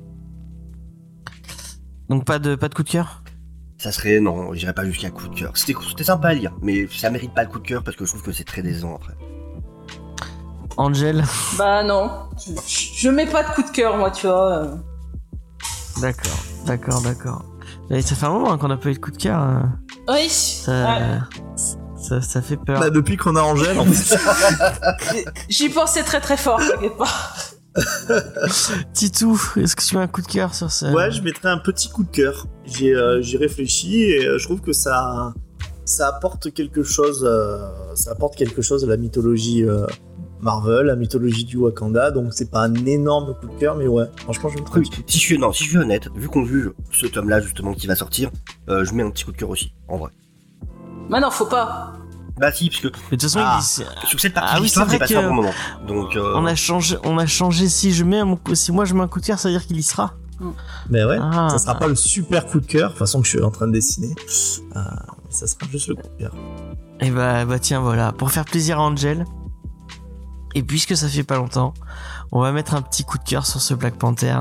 Donc pas de coup de cœur? Ça serait, non, j'irais pas jusqu'à coup de cœur. C'était sympa à lire, mais ça mérite pas le coup de cœur parce que je trouve que c'est très décevant après. Angel? Bah non, je mets pas de coup de cœur moi, tu vois. D'accord. Et ça fait un moment qu'on a pas eu de coup de cœur. Oui. Ça fait peur. Bah, depuis qu'on a Angèle, en fait. J'y pensais très très fort, t'inquiète pas. Titou, est-ce que tu mets un coup de cœur sur ça? Ouais, je mettrais un petit coup de cœur. J'y réfléchis et je trouve que ça apporte quelque chose. Ça apporte quelque chose à la mythologie Marvel, la mythologie du Wakanda. Donc c'est pas un énorme coup de cœur, mais ouais, franchement, je me trouve. Si je suis honnête, vu qu'on juge ce tome-là justement qui va sortir, je mets un petit coup de cœur aussi, en vrai. Bah non, faut pas. Bah si, parce que de toute façon, sur cette partie de l'histoire, j'ai passé un bon moment. Donc on a changé. Si moi je mets un coup de cœur, ça veut dire qu'il y sera. Mais ouais, ça sera pas le super coup de cœur, de toute façon que je suis en train de dessiner. Ça sera juste le coup de cœur. Et bah tiens, voilà, pour faire plaisir à Angel. Et puisque ça fait pas longtemps, on va mettre un petit coup de cœur sur ce Black Panther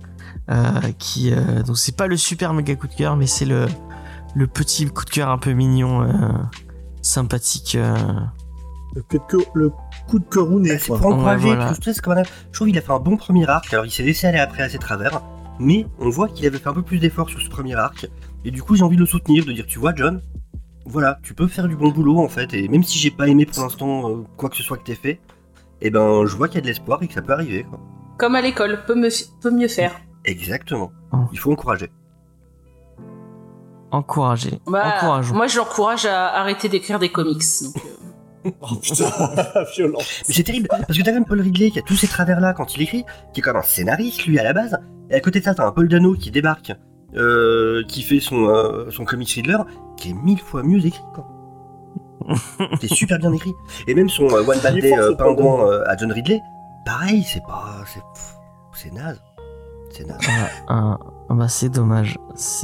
donc c'est pas le super méga coup de cœur, mais c'est le petit coup de cœur un peu mignon, sympathique. Le coup de cœurounet, c'est pour encourager, je trouve qu'il a fait un bon premier arc, alors il s'est laissé aller après à ses travers, mais on voit qu'il avait fait un peu plus d'efforts sur ce premier arc, et du coup j'ai envie de le soutenir, de dire tu vois John, voilà, tu peux faire du bon boulot en fait, et même si j'ai pas aimé pour l'instant quoi que ce soit que t'aies fait, et ben je vois qu'il y a de l'espoir et que ça peut arriver, quoi. Comme à l'école, peut mieux faire. Exactement, il faut encourager. Encourageons. Moi je l'encourage à arrêter d'écrire des comics. Donc, Oh putain, violent. Mais c'est terrible, parce que t'as même Paul Ridley qui a tous ces travers-là quand il écrit, qui est comme un scénariste lui à la base, et à côté de ça t'as un Paul Dano qui débarque, qui fait son comics Riddler, qui est 1000 fois mieux écrit, quoi. C'est super bien écrit. Et même son One Bad Day pingouin à John Ridley, pareil, c'est naze. C'est naze. Bah c'est dommage.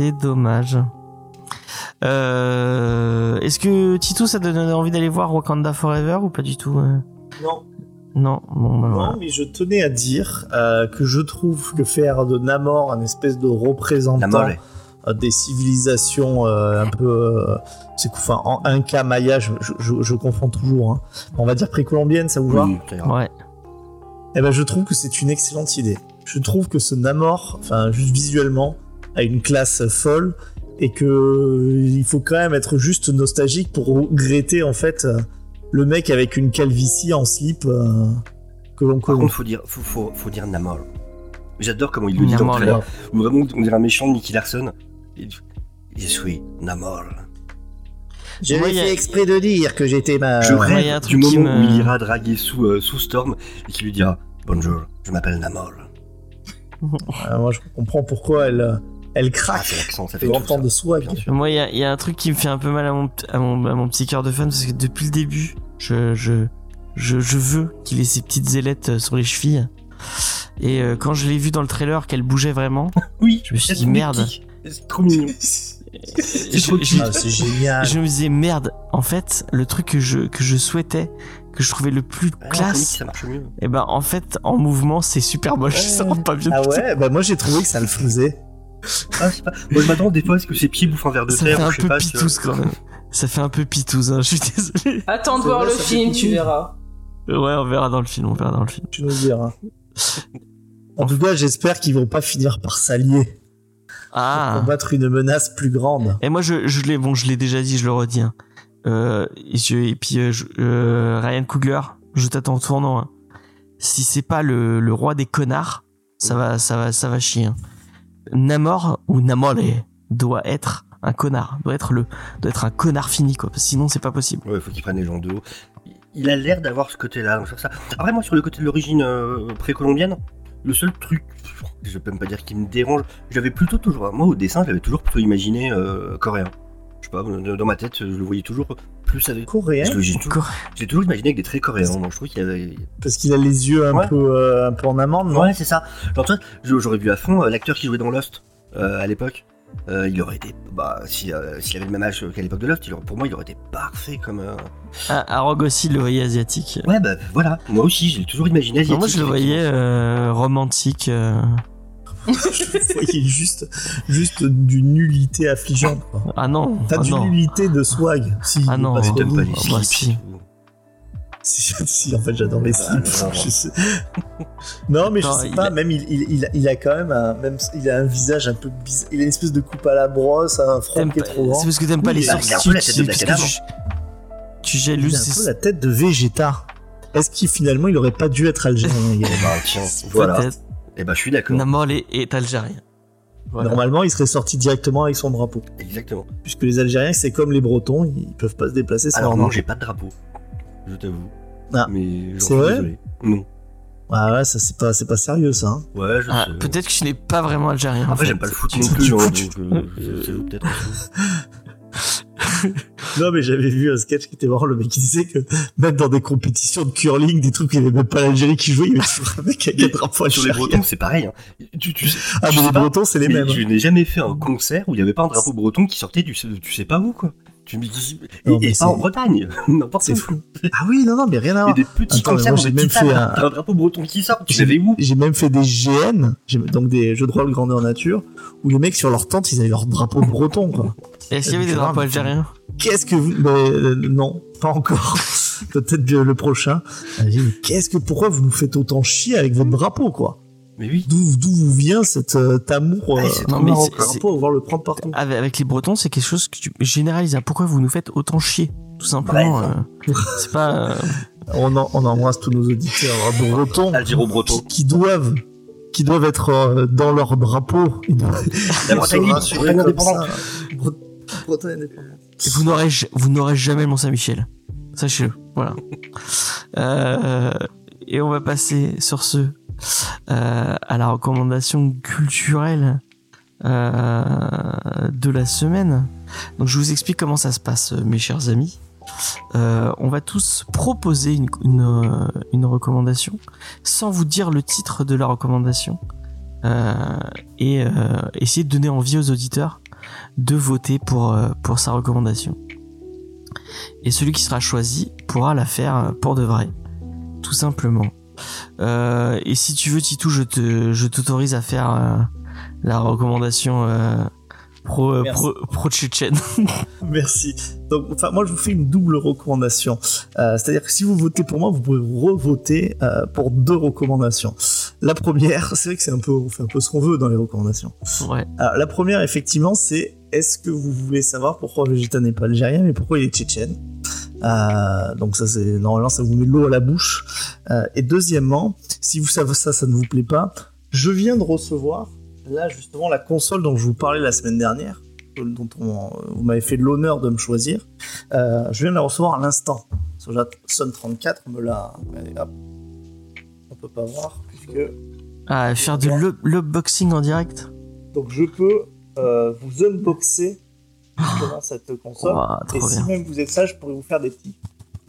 Est-ce que Titou, ça te donne envie d'aller voir Wakanda Forever ou pas du tout? Non. Non, mais je tenais à dire que je trouve que faire de Namor un espèce de représentant des civilisations un peu en Inca, Maya, je confonds toujours, hein. On va dire précolombienne, ça vous va? Ouais. Eh ben je trouve que c'est une excellente idée. Je trouve que ce Namor, enfin juste visuellement, a une classe folle, et que il faut quand même être juste nostalgique pour regretter en fait le mec avec une calvitie en slip que l'on connaît. Par contre, faut dire Namor. J'adore comment il le dit dans le trailer, où vraiment on dirait un méchant de Nicky Larson. Je suis Namor. J'ai fait exprès de dire que j'étais Je rêve du moment où il ira draguer sous Storm et qu'il lui dira bonjour, je m'appelle Namor. Moi je comprends pourquoi elle craque. C'est l'accent, ça fait l'entendre de soi. Moi, il y a un truc qui me fait un peu mal à mon petit cœur de fan, parce que depuis le début, je veux qu'il ait ses petites ailettes sur les chevilles. Et quand je l'ai vu dans le trailer qu'elle bougeait vraiment, oui, je me suis dit merde. C'est trop mignon. C'est génial. Je me disais merde. En fait, le truc que je souhaitais, que je trouvais le plus classe, ça marche mieux. Et ben en fait, en mouvement, c'est super moche. Ça rend pas bien. Ah ouais, bah moi j'ai trouvé que ça le faisait. Moi je m'attends des fois à ce que ses pieds bouffent un verre de terre. Ça fait un peu pitous quand même. Ça fait un peu pitous, hein, je suis désolé. Attends de voir le film, tu verras. Ouais, on verra dans le film, Tu nous diras. En tout cas, j'espère qu'ils vont pas finir par s'allier. combattre une menace plus grande. Et moi, je l'ai déjà dit, je le redis. Hein. Ryan Coogler, je t'attends au tournant. Hein. Si c'est pas le roi des connards, ça va chier. Hein. Namor ou Namole doit être un connard, doit être un connard fini quoi. Sinon, c'est pas possible. Ouais, il faut qu'il prenne les gens de haut. Il a l'air d'avoir ce côté-là. Donc sur ça. Après, moi, sur le côté de l'origine précolombienne, le seul truc, je peux même pas dire qui me dérange, j'avais plutôt toujours, moi au dessin, j'avais toujours plutôt imaginé coréen. Je sais pas, dans ma tête, je le voyais toujours plus avec. Coréen. J'ai toujours imaginé avec des traits coréens. Donc je trouve qu'il y avait. Parce qu'il a les yeux un peu en amande, non? Ouais, c'est ça. Genre, toi, j'aurais vu à fond l'acteur qui jouait dans Lost à l'époque. Il aurait été, s'il avait le même âge qu'à l'époque de Lost, pour moi, il aurait été parfait comme. Rogue aussi, le voyait asiatique. Ouais, voilà. Moi aussi, j'ai toujours imaginé asiatique. Non, moi, je le voyais romantique. Je le voyais juste d'une nullité affligeante. Quoi. Ah non. T'as d'une nullité de swag. Si, ah non. T'aimes pas les slips. Si, en fait, j'adore les slips. Non, mais je sais pas, même il a quand même il a un visage un peu bizarre. Il a une espèce de coupe à la brosse, un front qui est trop grand. C'est parce que t'aimes pas les sourcils. Tu jalouses. Il a un peu la tête de Vegeta. Est-ce qu'il finalement il aurait pas dû être algérien? Tiens, voilà. Et je suis d'accord. Namor est algérien. Voilà. Normalement, il serait sorti directement avec son drapeau. Exactement. Puisque les Algériens, c'est comme les Bretons, ils peuvent pas se déplacer sans Alors drapeau. non, j'ai pas de drapeau. Je t'avoue. Ah. Mais c'est vrai? Désolé. Non. Ah ouais, ça c'est pas sérieux ça. Hein. Ouais, je sais. Peut-être que je n'ai pas vraiment algérien. Après, j'aime pas le foot non plus, donc c'est peut-être. Non, mais j'avais vu un sketch qui était marrant, le mec qui disait que même dans des compétitions de curling, des trucs où il n'y avait même pas l'Algérie qui jouait, il y avait toujours un mec avec un drapeau algérien. Sur les Bretons, c'est pareil. Hein. Mais les Bretons, c'est les mêmes. Je n'ai jamais fait un concert où il n'y avait pas un drapeau breton qui sortait tu sais pas où, quoi. Et pas en Bretagne, n'importe où. C'est fou. Ah oui, non, mais rien à voir. Et des petits concerts, j'ai même fait un drapeau breton qui sort, tu savais où? J'ai même fait des GN, donc des jeux de rôle grandeur nature, où les mecs sur leur tente, ils avaient leur drapeau breton, quoi. Est-ce qu'il y avait des drapeaux algériens? Qu'est-ce que vous... non, pas encore. Peut-être le prochain. Pourquoi vous nous faites autant chier avec votre drapeau, quoi? Mais oui. D'où vous vient cet amour drapeau, voir le prendre partout. Avec les Bretons, c'est quelque chose que tu généralises. Pourquoi vous nous faites autant chier? Tout simplement. C'est pas... On embrasse tous nos auditeurs bretons. Algéro-bretons. Qui doivent être dans leur drapeau. La Bretagne indépendante. Bretagne indépendante. Vous n'aurez jamais le Mont-Saint-Michel. Sachez-le. Voilà. Et on va passer sur ce à la recommandation culturelle de la semaine. Donc je vous explique comment ça se passe, mes chers amis. On va tous proposer une recommandation sans vous dire le titre de la recommandation et essayer de donner envie aux auditeurs de voter pour sa recommandation. Et celui qui sera choisi pourra la faire pour de vrai, tout simplement. Et si tu veux, Titou, je t'autorise à faire la recommandation pro-tchétchène. Merci. Donc, moi, je vous fais une double recommandation. C'est-à-dire que si vous votez pour moi, vous pouvez revoter pour deux recommandations. La première, c'est vrai que on fait un peu ce qu'on veut dans les recommandations. Ouais. Alors, la première, effectivement, c'est est-ce que vous voulez savoir pourquoi Vegeta n'est pas algérien, mais pourquoi il est tchétchène? Donc ça, normalement, ça vous met de l'eau à la bouche. Et deuxièmement, si vous savez ça ne vous plaît pas, je viens de recevoir là justement la console dont je vous parlais la semaine dernière, dont vous m'avez fait l'honneur de me choisir. Je viens de la recevoir à l'instant. Soja Sun 34 me l'a... Hop. On peut pas voir puisque... Faire de l'unboxing en direct. Donc je peux vous unboxer justement cette console. Et si même vous êtes sage, je pourrais vous faire des petits.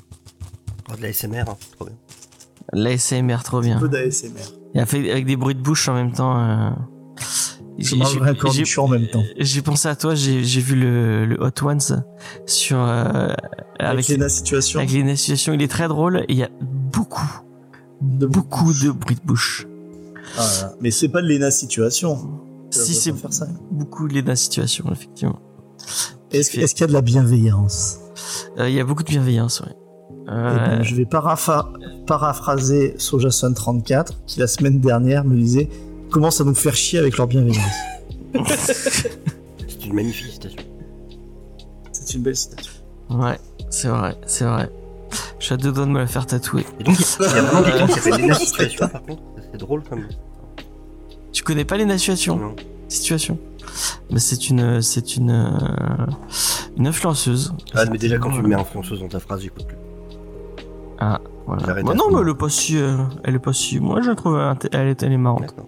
De l'ASMR, hein, trop bien. L'ASMR, trop bien. Un peu d'ASMR. Et avec des bruits de bouche en même temps. Je mangerai un cornichon en même temps. J'ai pensé à toi, j'ai vu le Hot Ones sur avec Lena Situation. Avec Lena Situation, il est très drôle et il y a beaucoup de bruits de bouche. Ah, mais c'est pas de Lena Situation. Si, c'est beaucoup de Lena Situation, effectivement. Est-ce qu'il y a de la bienveillance? Il y a beaucoup de bienveillance, oui. Ben, je vais paraphraser Soja Sun 34 qui la semaine dernière me disait commence à nous faire chier avec leur bienveillance. C'est une magnifique citation. C'est une belle citation. Ouais, c'est vrai. Je suis à 2 doigts de me la faire tatouer. Et donc, il y a vraiment quelqu'un qui s'appelle Lena Situation, par contre. C'est drôle comme. Tu connais pas les situations? Non. Situation. Mais c'est une influenceuse. Ah, mais déjà, quand tu me mets influenceuse dans ta phrase, j'écoute plus. Ah, voilà. J'arrête Bah à non, ce mais moment. elle est pas si. Moi, je la trouve, elle est marrante. D'accord.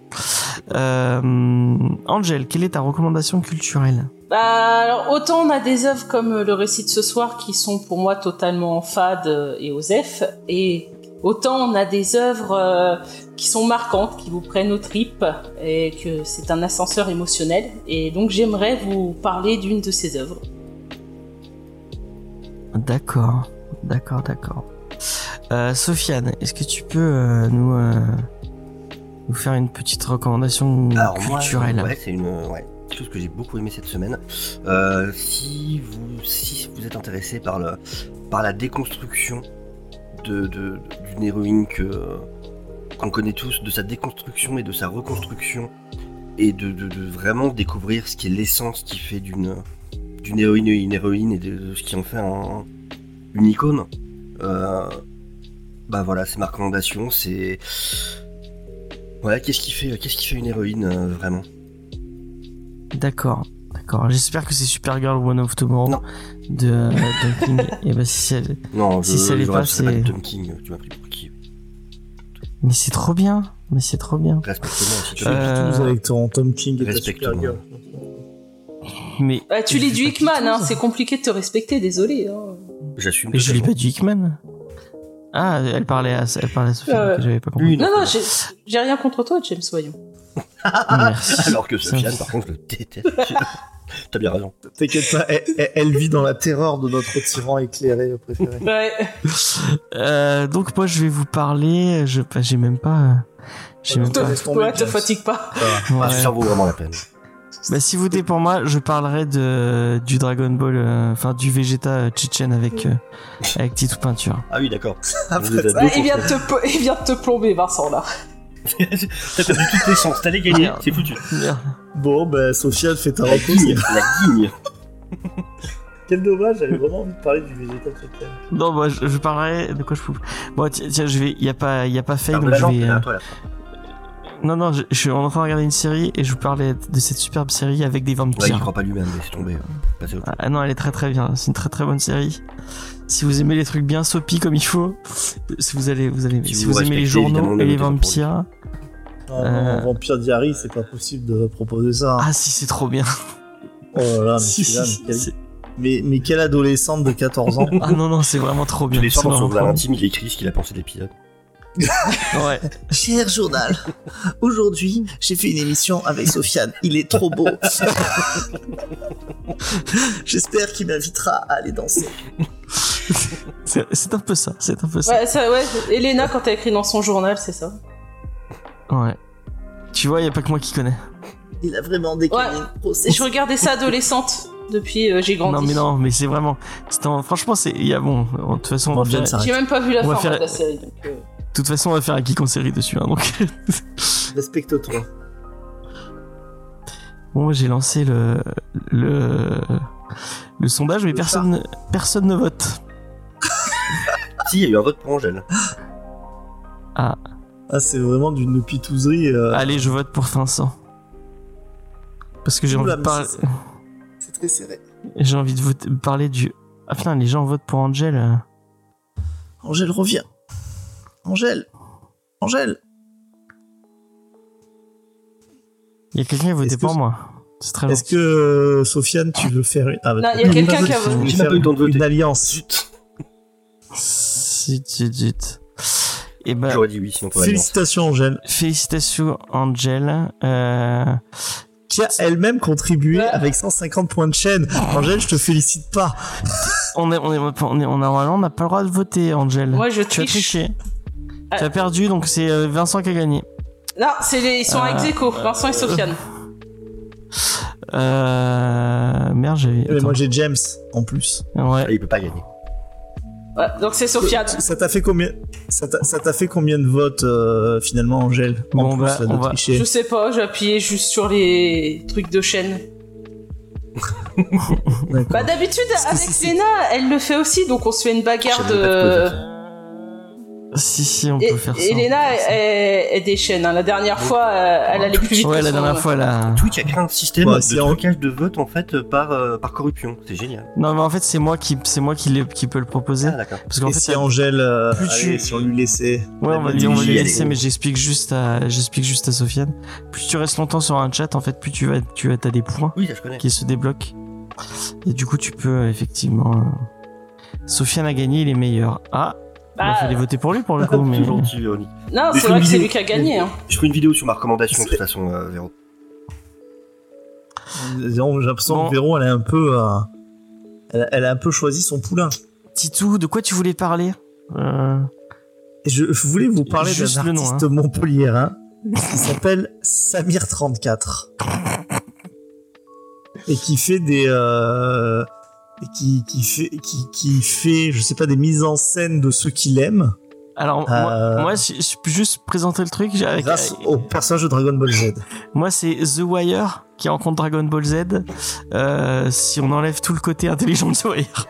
Angel, quelle est ta recommandation culturelle? Bah, alors, autant on a des œuvres comme le récit de ce soir qui sont pour moi totalement fades et osef, et autant on a des œuvres qui sont marquantes, qui vous prennent aux tripes, et que c'est un ascenseur émotionnel. Et donc j'aimerais vous parler d'une de ces œuvres. D'accord. Sofiane, est-ce que tu peux nous faire une petite recommandation Alors, culturelle? moi, c'est quelque chose que j'ai beaucoup aimé cette semaine. Si vous êtes intéressé par la déconstruction d'une héroïne qu'on connaît tous, de sa déconstruction et de sa reconstruction, et de vraiment découvrir ce qui est l'essence qui fait d'une héroïne une héroïne, et de ce qui en fait une icône, bah voilà, c'est ma recommandation. C'est qu'est-ce qui fait une héroïne vraiment. D'accord. J'espère que c'est Supergirl One of Tomorrow Non. de Tom King. Et bah si elle... Non, Si ça l'est pas, c'est pas c'est- de Tom King. Tu m'as pris pour qui? Mais c'est trop bien. Respecte-moi aussi. Tu tous avec ton Tom King et ta Respecte-moi. Supergirl. Mais Tu lis du Hickman, hein, c'est compliqué de te respecter, désolé. Hein. J'assume. je lis totalement. pas du Hickman. Ah, elle parlait à Sophie, Ouais. que j'avais pas compris. Oui, Non, j'ai rien contre toi, James, voyons. Merci. Alors que Sofiane, par contre, je le déteste. T'as bien raison. T'inquiète pas, elle vit dans la terreur de notre tyran éclairé préféré. Ouais. Donc moi je vais vous parler. J'ai même pas. Laisse tomber, Ouais, te James. fatigue pas. Ouais. Ça vaut vraiment la peine. Bah si vous votez pour moi, je parlerai du Dragon Ball, enfin du Vegeta tchétchène avec Titou Peinture. Ah oui, d'accord. Après Vous êtes à ça, deux Il vient, pour il vient de te plomber, Vincent, là. T'as perdu toutes tes chances, t'allais gagner, Merde. c'est foutu. Merde. Bon, bah, Sofiane fait ta La guigne, réponse. la guigne. Quel dommage, j'avais vraiment envie de parler du Vegeta Tchétchène. Non, bah je parlerai de quoi je peux. Bon tiens, je vais. Y a pas Faye, donc la je lampe, vais. là, toi, là. Non, je suis en train de regarder une série et je vous parlais de cette superbe série avec des Ouais, il vampires. croit pas lui-même, laisse tomber. Passez au truc. Ah non, elle est très très bien. C'est une très très bonne série. Si vous aimez les trucs bien soppy comme il faut, vous allez aimer. Si Si vous vous aimez les respectez, journaux évidemment, et les ne votez pas pour lui. vampires, Non, Vampire Diary, c'est pas possible de proposer ça. ah si c'est trop bien. Oh là là, mais Si, celui-là, si, mais, si. mais quelle adolescente de 14 ans. Ah non c'est vraiment trop bien. Tous les soirs, C'est dans son vraiment journal trop intime, il écrit ce qu'il a pensé de l'épisode. bien. Ouais. Cher journal, aujourd'hui, j'ai fait une émission avec Sofiane. Il est trop beau. J'espère qu'il m'invitera à aller danser. C'est un peu ça. C'est un peu ça. Ouais, Elena, quand elle écrit dans son journal, c'est ça. Ouais. Tu vois, y a pas que moi qui connais. Il a vraiment décliné Ouais. une grossesse. Je regardais ça adolescente depuis j'ai grandi. Non, mais c'est vraiment. Franchement, c'est. Il y a bon. De toute façon, on va faire. J'ai même pas vu la On va fin faire- de la série. Donc, De toute façon, on va faire un geek en série dessus. Hein, donc. Respecte-toi. Bon, j'ai lancé le sondage, mais personne ne vote. Si, il y a eu un vote pour Angèle. Ah, c'est vraiment d'une pitouserie. Allez, je vote pour Vincent. Parce que j'ai Oula, envie de mais parler. c'est très serré. J'ai envie de parler du. Ah putain, les gens votent pour Angel. Angèle, reviens. Angèle. Il y a quelqu'un qui a voté Est-ce que- pour moi. C'est très Est-ce gentil. que Sofiane, tu veux faire une... Non, il y a quelqu'un qui a tu veux voté. J'ai même faire pas eu le temps de voter. une alliance. Zut. Zut. Et ben, J'aurais dit oui, sinon pour la alliance. Félicitations Angèle, félicitations Angel. qui a elle-même contribué Ouais. avec 150 points de chaîne. Angèle, je te félicite pas. Normalement, on n'a pas le droit de voter, Angel. Moi, je Tu as triche. triché. Ah. Tu as perdu, donc c'est Vincent qui a gagné. Non, ils sont ex aequo, Vincent et Sofiane. Merde, j'avais. Mais Attends. moi j'ai James en plus. Ouais. Ah, il peut pas gagner. Ouais, donc c'est Sofiane. Ça t'a fait combien de votes finalement, Angèle, en Bon, plus bah, de on va- tricher. Je sais pas, j'ai appuyé juste sur les trucs de chaîne. D'accord. Bah d'habitude, Parce que avec c'est- Léna, elle le fait aussi, donc on se fait une bagarre Je savais pas de de... Si, on Et, peut faire ça. et Léna, elle déchaîne. Hein. La dernière fois, elle allait plus vite. Ouais, que la son- dernière fois, là. Twitch a créé un système Ouais, de c'est en- trucage de vote en fait par corruption. C'est génial. Non, mais en fait, c'est moi qui peux le proposer. Ah d'accord. Parce qu'en Et fait, si Angèle, plus allez, tu- si on lui laissait. Ouais, on va lui allez. laisser, mais j'explique juste à Sofiane. Plus tu restes longtemps sur un chat, en fait, plus t'as des points Oui, ça je connais. qui se débloquent. Et du coup, tu peux, effectivement, Sofiane a gagné, il est meilleur. Ah, il Bah, fallait voter pour lui, pour le coup, mais... C'est gentil, Véronique. Non, Mais c'est fais vrai une que c'est vidéo. lui qui a gagné. Hein. Je ferai une vidéo sur ma recommandation de toute façon, Véro. J'ai l'impression Bon. que Véro, elle a un peu, elle a un peu choisi son poulain. Titou, de quoi tu voulais parler Et je voulais vous parler Juste d'un le nom, artiste montpelliérain qui s'appelle Samir34 et qui fait des qui fait je sais pas des mises en scène de ceux qu'il aime Alors, moi, je peux juste présenter le truc. grâce au personnage de Dragon Ball Z. Moi, c'est The Wire qui rencontre Dragon Ball Z. Si on enlève tout le côté intelligent de The Wire.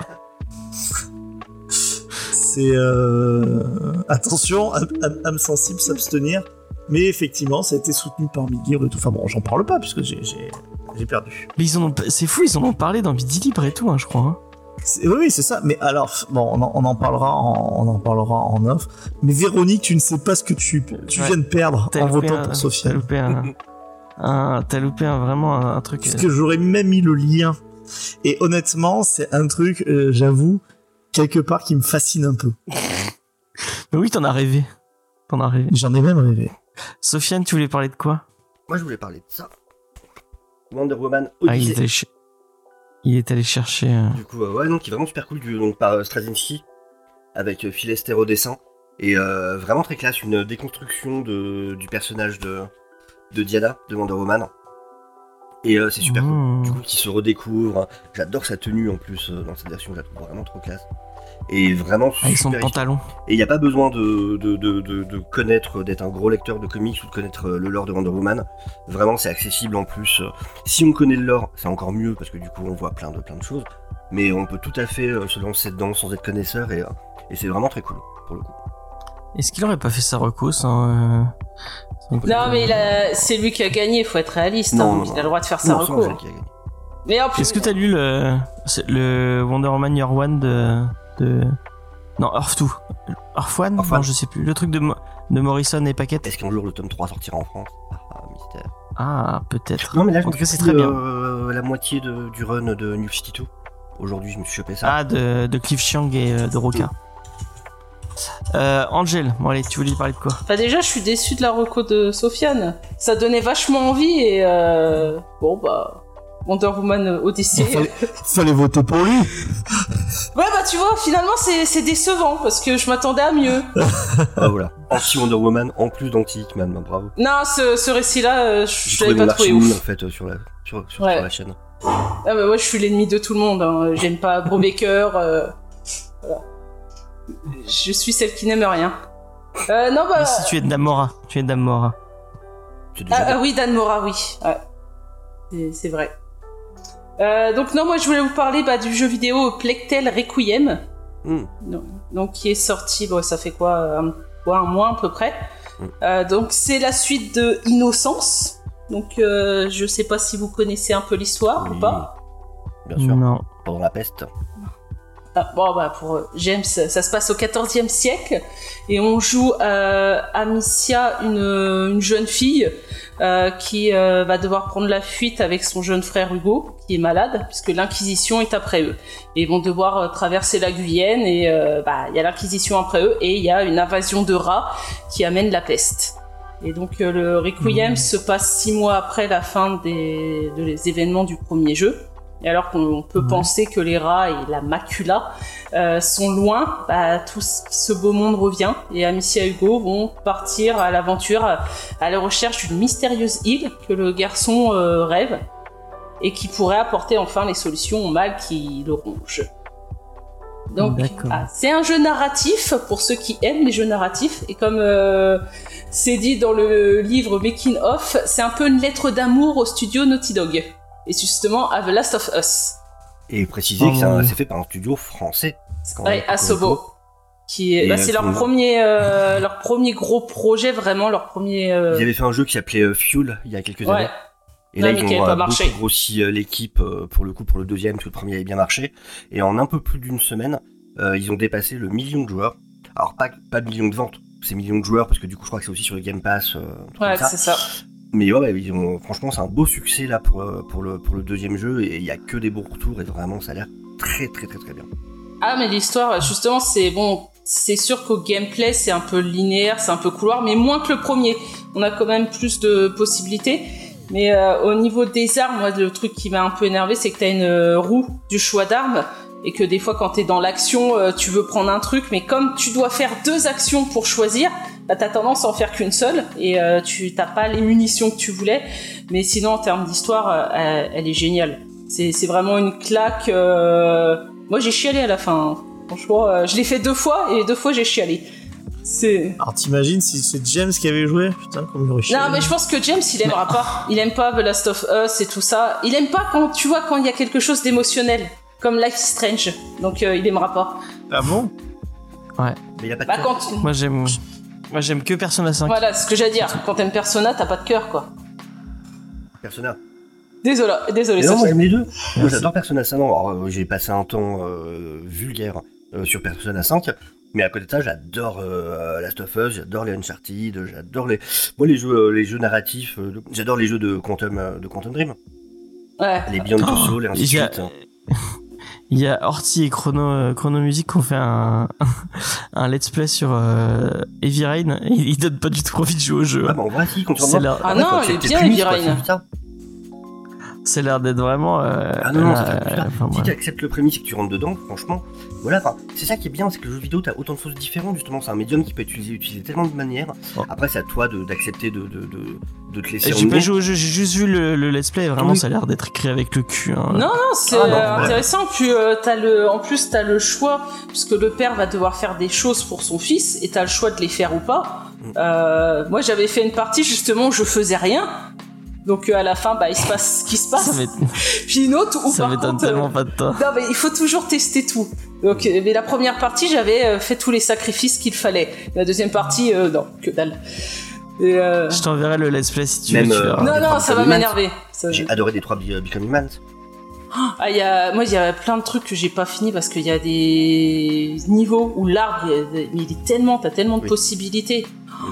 C'est attention, âme sensible, s'abstenir. Mais effectivement, ça a été soutenu par Miguel et tout. Enfin bon, j'en parle pas puisque j'ai perdu. Mais c'est fou, ils en ont parlé dans Midi Libre et tout, hein, je crois. Hein. Oui, c'est ça. Mais alors, bon, on en parlera en off. Mais Véronique, tu ne sais pas ce que tu viens de perdre en votant pour Sofiane. T'as loupé vraiment un truc. Parce que j'aurais même mis le lien. Et honnêtement, c'est un truc, j'avoue, quelque part qui me fascine un peu. Mais oui, t'en as rêvé. J'en ai même rêvé. Sofiane, tu voulais parler de quoi? Moi je voulais parler de ça. Wonder Woman Ah, Odyssey. il est allé chercher. Du coup, ouais, donc qui est vraiment super cool, donc par Straczynski, avec Phil Lester au dessin. Et vraiment très classe, une déconstruction du personnage de Diana, de Wonder Woman. Et c'est super cool. Du coup, qui se redécouvre. J'adore sa tenue en plus dans cette version, je la trouve vraiment trop classe. Et vraiment super Avec son efficace. pantalon. Et il n'y a pas besoin de connaître, d'être un gros lecteur de comics ou de connaître le lore de Wonder Woman. Vraiment, c'est accessible en plus. Si on connaît le lore, c'est encore mieux parce que du coup, on voit plein de choses. Mais on peut tout à fait se lancer dedans sans être connaisseur et c'est vraiment très cool pour le coup. Est-ce qu'il aurait pas fait sa reco sans Non, mais c'est lui qui a gagné, il faut être réaliste. Non, Il a le droit de faire sa Non, c'est recours. Angèle qui a gagné. Mais en plus, Est-ce que t'as lu le Wonder Woman Year One de... Non, Earth 2. Earth One? Earth One. Non, je sais plus. Le truc de Morrison et Paquette. Est-ce qu'un jour le tome 3 sortira en France? Mystère. Ah, peut-être. Non, mais là, je En me tout cas, suis c'est très bien. la moitié du run de New 52. Aujourd'hui, je me suis chopé ça. Ah, de Cliff Chiang et de Roca. Angel, bon allez, tu voulais parler de quoi? Enfin, déjà, je suis déçu de la reco de Sofiane. Ça donnait vachement envie et bon bah Wonder Woman Odyssey. Fallait voter pour lui. Ouais bah tu vois, finalement c'est décevant parce que je m'attendais à mieux. Ah voilà. Anti Wonder Woman en plus d'anti Hickman, bah, bravo. Non, ce récit-là, J'ai je trouvé l'avais mon pas trouvé archi-nul en ouf. fait sur Ouais. la chaîne. Ah bah moi je suis l'ennemi de tout le monde. Hein. J'aime pas Brubaker. Voilà. Je suis celle qui n'aime rien. Non bah. Mais si tu es Dame Mora, C'est déjà bien. Ah oui, Dan Mora, oui. Ouais. C'est vrai. Donc non, moi je voulais vous parler du jeu vidéo Plectel Requiem. Donc qui est sorti, bon, ça fait quoi, un mois à peu près. Donc c'est la suite de Innocence. Donc je sais pas si vous connaissez un peu l'histoire ou pas. Bien sûr. Non. Pendant la peste. Ah, bon pour James, ça se passe au XIVe siècle et on joue Amicia, une jeune fille qui va devoir prendre la fuite avec son jeune frère Hugo qui est malade puisque l'Inquisition est après eux et ils vont devoir traverser la Guyenne et il y a l'Inquisition après eux et il y a une invasion de rats qui amène la peste. Et donc le Requiem se passe 6 mois après la fin des événements du premier jeu. Et alors qu'on peut penser que les rats et la macula sont loin, tout ce beau monde revient et Amicia et Hugo vont partir à l'aventure à la recherche d'une mystérieuse île que le garçon rêve et qui pourrait apporter enfin les solutions au mal qui le ronge. Donc, D'accord. c'est un jeu narratif pour ceux qui aiment les jeux narratifs. Et comme c'est dit dans le livre Making of, c'est un peu une lettre d'amour au studio Naughty Dog. Et justement, à The Last of Us. Et préciser que c'est fait par un studio français. Ouais, Asobo. C'est leur premier gros projet, vraiment leur premier. Ils avaient fait un jeu qui s'appelait Fuel il y a quelques années. Et là, ils ont beaucoup grossi l'équipe pour le deuxième, parce que le premier avait bien marché. Et en un peu plus d'une semaine, ils ont dépassé le 1 million de joueurs. Alors, pas de million de ventes, c'est millions de joueurs, parce que du coup, je crois que c'est aussi sur le Game Pass. Ouais, c'est ça. Mais franchement, c'est un beau succès là pour le deuxième jeu, et il y a que des bons retours, et vraiment, ça a l'air très, très, très, très bien. Ah, mais l'histoire, justement, c'est sûr qu'au gameplay, c'est un peu linéaire, c'est un peu couloir, mais moins que le premier. On a quand même plus de possibilités. Mais au niveau des armes, moi, le truc qui m'a un peu énervé, c'est que t'as une roue du choix d'armes et que des fois, quand t'es dans l'action, tu veux prendre un truc, mais comme tu dois faire 2 actions pour choisir, bah, t'as tendance à en faire qu'une seule et tu t'as pas les munitions que tu voulais. Mais sinon, en termes d'histoire, elle est géniale. C'est vraiment une claque. Moi, j'ai chialé à la fin. Hein. Franchement, je l'ai fait 2 fois et 2 fois, j'ai chialé. Alors t'imagines si c'est James qui avait joué, putain, comme il aurait chialé. Non, mais je pense que James, il aimera pas. Il aime pas The Last of Us et tout ça. Il aime pas quand il y a quelque chose d'émotionnel, comme Life is Strange. Donc il aimera pas. Ah bon? Ouais. Mais il a pas de cœur. Moi j'aime que Persona 5. Voilà, c'est ce que j'allais dire. Quand t'aimes Persona, t'as pas de cœur, quoi. Persona. Désolé. Non, moi j'aime les deux. Moi j'adore Persona 5. Alors, j'ai passé un temps vulgaire sur Persona 5. Mais à côté de ça, j'adore Last of Us, j'adore les Uncharted, j'adore les jeux narratifs, j'adore les jeux de Quantum Dream. Ouais. Les Beyond Two Souls et ainsi de suite. Il y a Horty et Chrono Music qui ont fait un let's play sur Heavy Rain. Ils donnent pas du tout envie de jouer au jeu. Ah bah en vrai, si, quand tu Ah non, il est bien Heavy Rain. Ça a l'air d'être vraiment. Ah non, si tu acceptes le prémisse et que tu rentres dedans, franchement, voilà, c'est ça qui est bien, c'est que le jeu vidéo, t'as autant de choses différentes, justement, c'est un médium qui peut être utilisé tellement de manières. Oh. Après, c'est à toi d'accepter de te laisser. J'ai pas joué au jeu, j'ai juste vu le let's play, vraiment, ça a l'air d'être écrit avec le cul. Hein. Non, c'est intéressant, puis en plus, t'as le choix, puisque le père va devoir faire des choses pour son fils, et t'as le choix de les faire ou pas. Moi, j'avais fait une partie, justement, où je faisais rien. Donc à la fin, il se passe ce qui se passe. Puis une autre où ça m'étonne tellement pas de toi. Non, mais il faut toujours tester tout. Donc, mais la première partie, j'avais fait tous les sacrifices qu'il fallait. La deuxième partie, non, que dalle. Et je t'enverrai le let's play si tu veux. Non, ça va m'énerver. J'ai adoré les 3 Becoming Man. Ah, il y a plein de trucs que j'ai pas fini parce qu'il y a des niveaux où l'arbre, t'as tellement de possibilités.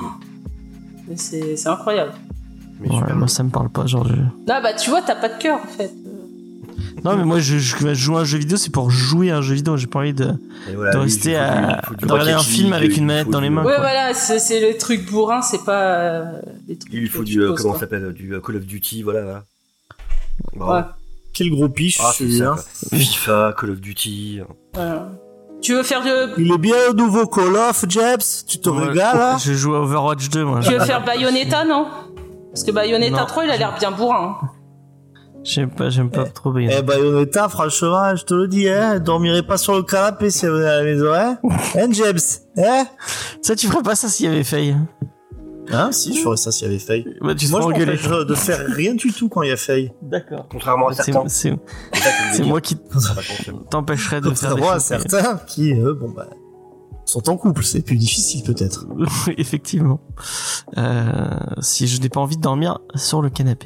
C'est incroyable. Ouais, moi ça me parle pas, genre. Non, tu vois, t'as pas de cœur en fait. Non, mais moi je joue à un jeu vidéo, c'est pour jouer à un jeu vidéo. J'ai pas envie de rester à regarder un film avec une manette dans les mains. Ouais, voilà, c'est les trucs bourrins, c'est pas les trucs. Il faut du comment ça s'appelle, du Call of Duty, voilà. Ouais. Quel gros piche celui-là. FIFA, Call of Duty. Voilà. Tu veux faire Il est bien au nouveau Call of, Jebs. Tu te régales, hein. Je joue à Overwatch 2, moi. Tu veux faire Bayonetta, non? Parce que Bayonetta 3, il a l'air bien bourrin. Hein. J'aime pas trop Bayonetta. Bayonetta, franchement, je te le dis, hein, elle dormirait pas sur le canapé si elle venait à la maison, hein. James, hein. Ça, tu ferais pas ça s'il y avait Faye. Hein, si, je ferais ça s'il y avait Faye. Bah, tu te moi, ferais engueuler. Je de faire rien du tout quand il y a Faye. D'accord. Contrairement à certains. C'est moi qui t'empêcherais de faire des choses. Contrairement à certains qui, sont en couple, c'est plus difficile peut-être. Effectivement. Si je n'ai pas envie de dormir sur le canapé.